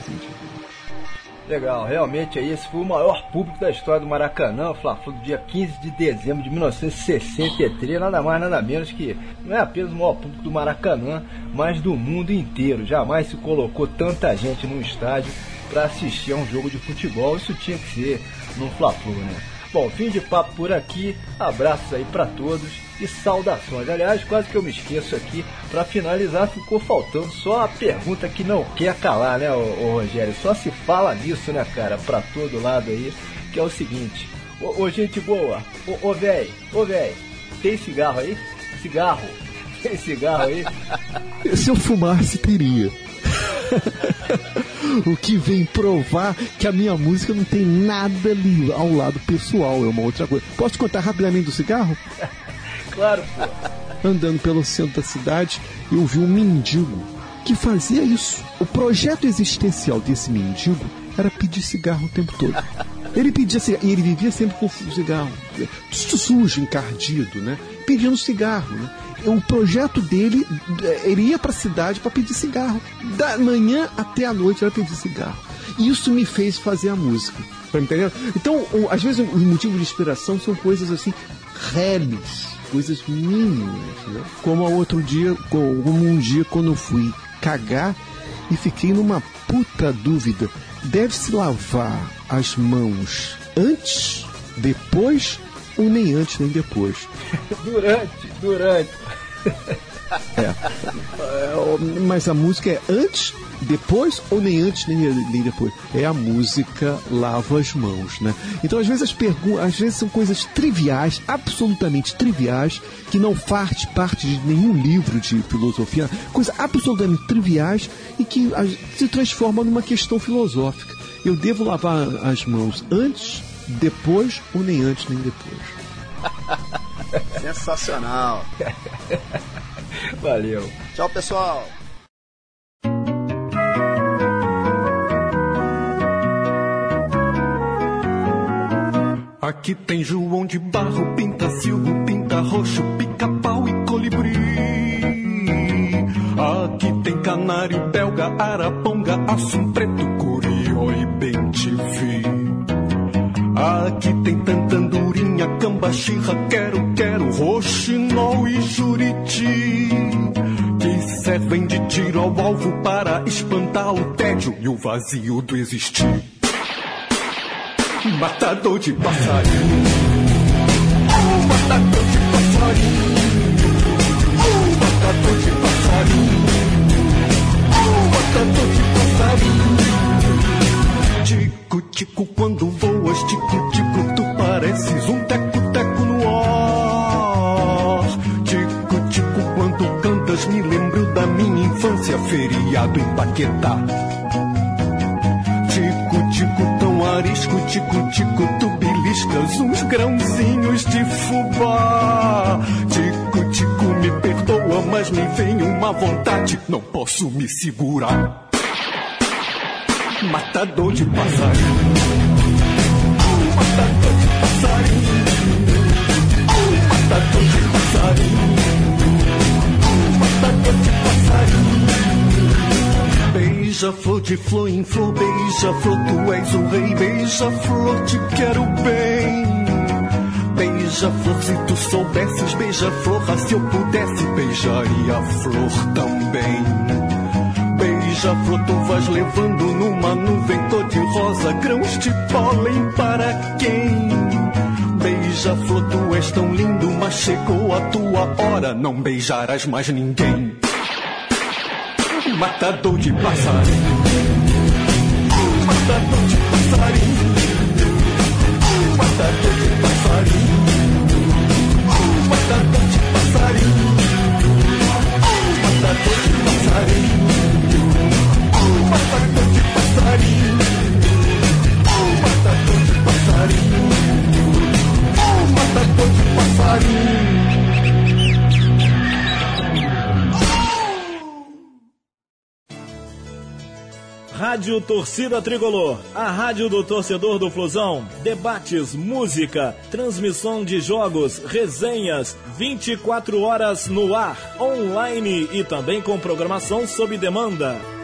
Legal, realmente aí esse foi o maior público da história do Maracanã, o Fla-Flu do dia quinze de dezembro de mil novecentos e sessenta e três, nada mais nada menos que não é apenas o maior público do Maracanã, mas do mundo inteiro. Jamais se colocou tanta gente num estádio para assistir a um jogo de futebol, isso tinha que ser no Fla-Flu, né? Bom, fim de papo por aqui, abraços aí para todos e saudações. Aliás, quase que eu me esqueço aqui, para finalizar ficou faltando só a pergunta que não quer calar, né, ô, ô Rogério? Só se fala nisso, né, cara, para todo lado aí, que é o seguinte, ô, ô gente boa, ô, ô véi, ô véi, tem cigarro aí? Cigarro? Tem cigarro aí? Se eu fumasse, teria. O que vem provar que a minha música não tem nada ali ao lado pessoal, é uma outra coisa. Posso contar rapidamente do cigarro? Claro, pô. Andando pelo centro da cidade, eu vi um mendigo que fazia isso. O projeto existencial desse mendigo era pedir cigarro o tempo todo. Ele pedia cigarro, e ele vivia sempre com cigarro, sujo, encardido, né? Pedindo cigarro, né? O projeto dele, ele ia para a cidade para pedir cigarro. Da manhã até a noite era pedir cigarro. Isso me fez fazer a música. Tá entendendo? Então, às vezes, os motivos de inspiração são coisas assim, reles, coisas mínimas. Né? Como outro dia, como um dia, quando eu fui cagar e fiquei numa puta dúvida. Deve-se lavar as mãos antes, depois ou nem antes nem depois? Durante, durante. É. É, mas a música é antes, depois ou nem antes nem, nem depois? É a música Lava as Mãos, né? Então às vezes as perguntas, às vezes são coisas triviais, absolutamente triviais, que não faz parte de nenhum livro de filosofia, coisas absolutamente triviais e que se transforma numa questão filosófica. Eu devo lavar as mãos antes, depois ou nem antes nem depois? Sensacional. Valeu. Tchau, pessoal. Aqui tem João de Barro, pinta Silvio, pinta roxo, pica-pau e colibri. Aqui tem canário, belga, araponga, assum preto, curió e bem-te-vi. Aqui tem tantandurinha, cambachirra, quero, quero, roxinol e juriti, que servem de tiro ao alvo para espantar o tédio e o vazio do existir. Matador de passarinho, oh, matador de passarinho, oh, matador de passarinho, oh, matador de passarinho. Tico, tico, quando voas, tico, tico, tu pareces um teco-teco no ar. Tico, tico, quando cantas, me lembro da minha infância, feriado em Paquetá. Tico, tico, tão arisco, tico, tico, tu beliscas uns grãozinhos de fubá. Tico, tico, me perdoa, mas me vem uma vontade, não posso me segurar. Matador de passarinho, oh, matador de passarinho, oh, matador de passarinho, oh, matador de passarinho. Beija-flor de flor em flor, beija-flor, tu és o rei, beija-flor, te quero bem. Beija-flor, se tu soubesses, beija-flor, se eu pudesse, beijaria a flor também. Beija-flor, tu vais levando numa nuvem cor-de-rosa grãos de pólen para quem? Beija-flor, tu és tão lindo, mas chegou a tua hora, não beijarás mais ninguém. Matador de passarinho, matador de passarinho, matador de passarinho, matador de passarinho, matador de passarinho, matador de passarinho, matador de passarinho, matador de passarinho. Rádio Torcida Tricolor, a rádio do torcedor do Flusão. Debates, música, transmissão de jogos, resenhas, vinte e quatro horas no ar, online e também com programação sob demanda.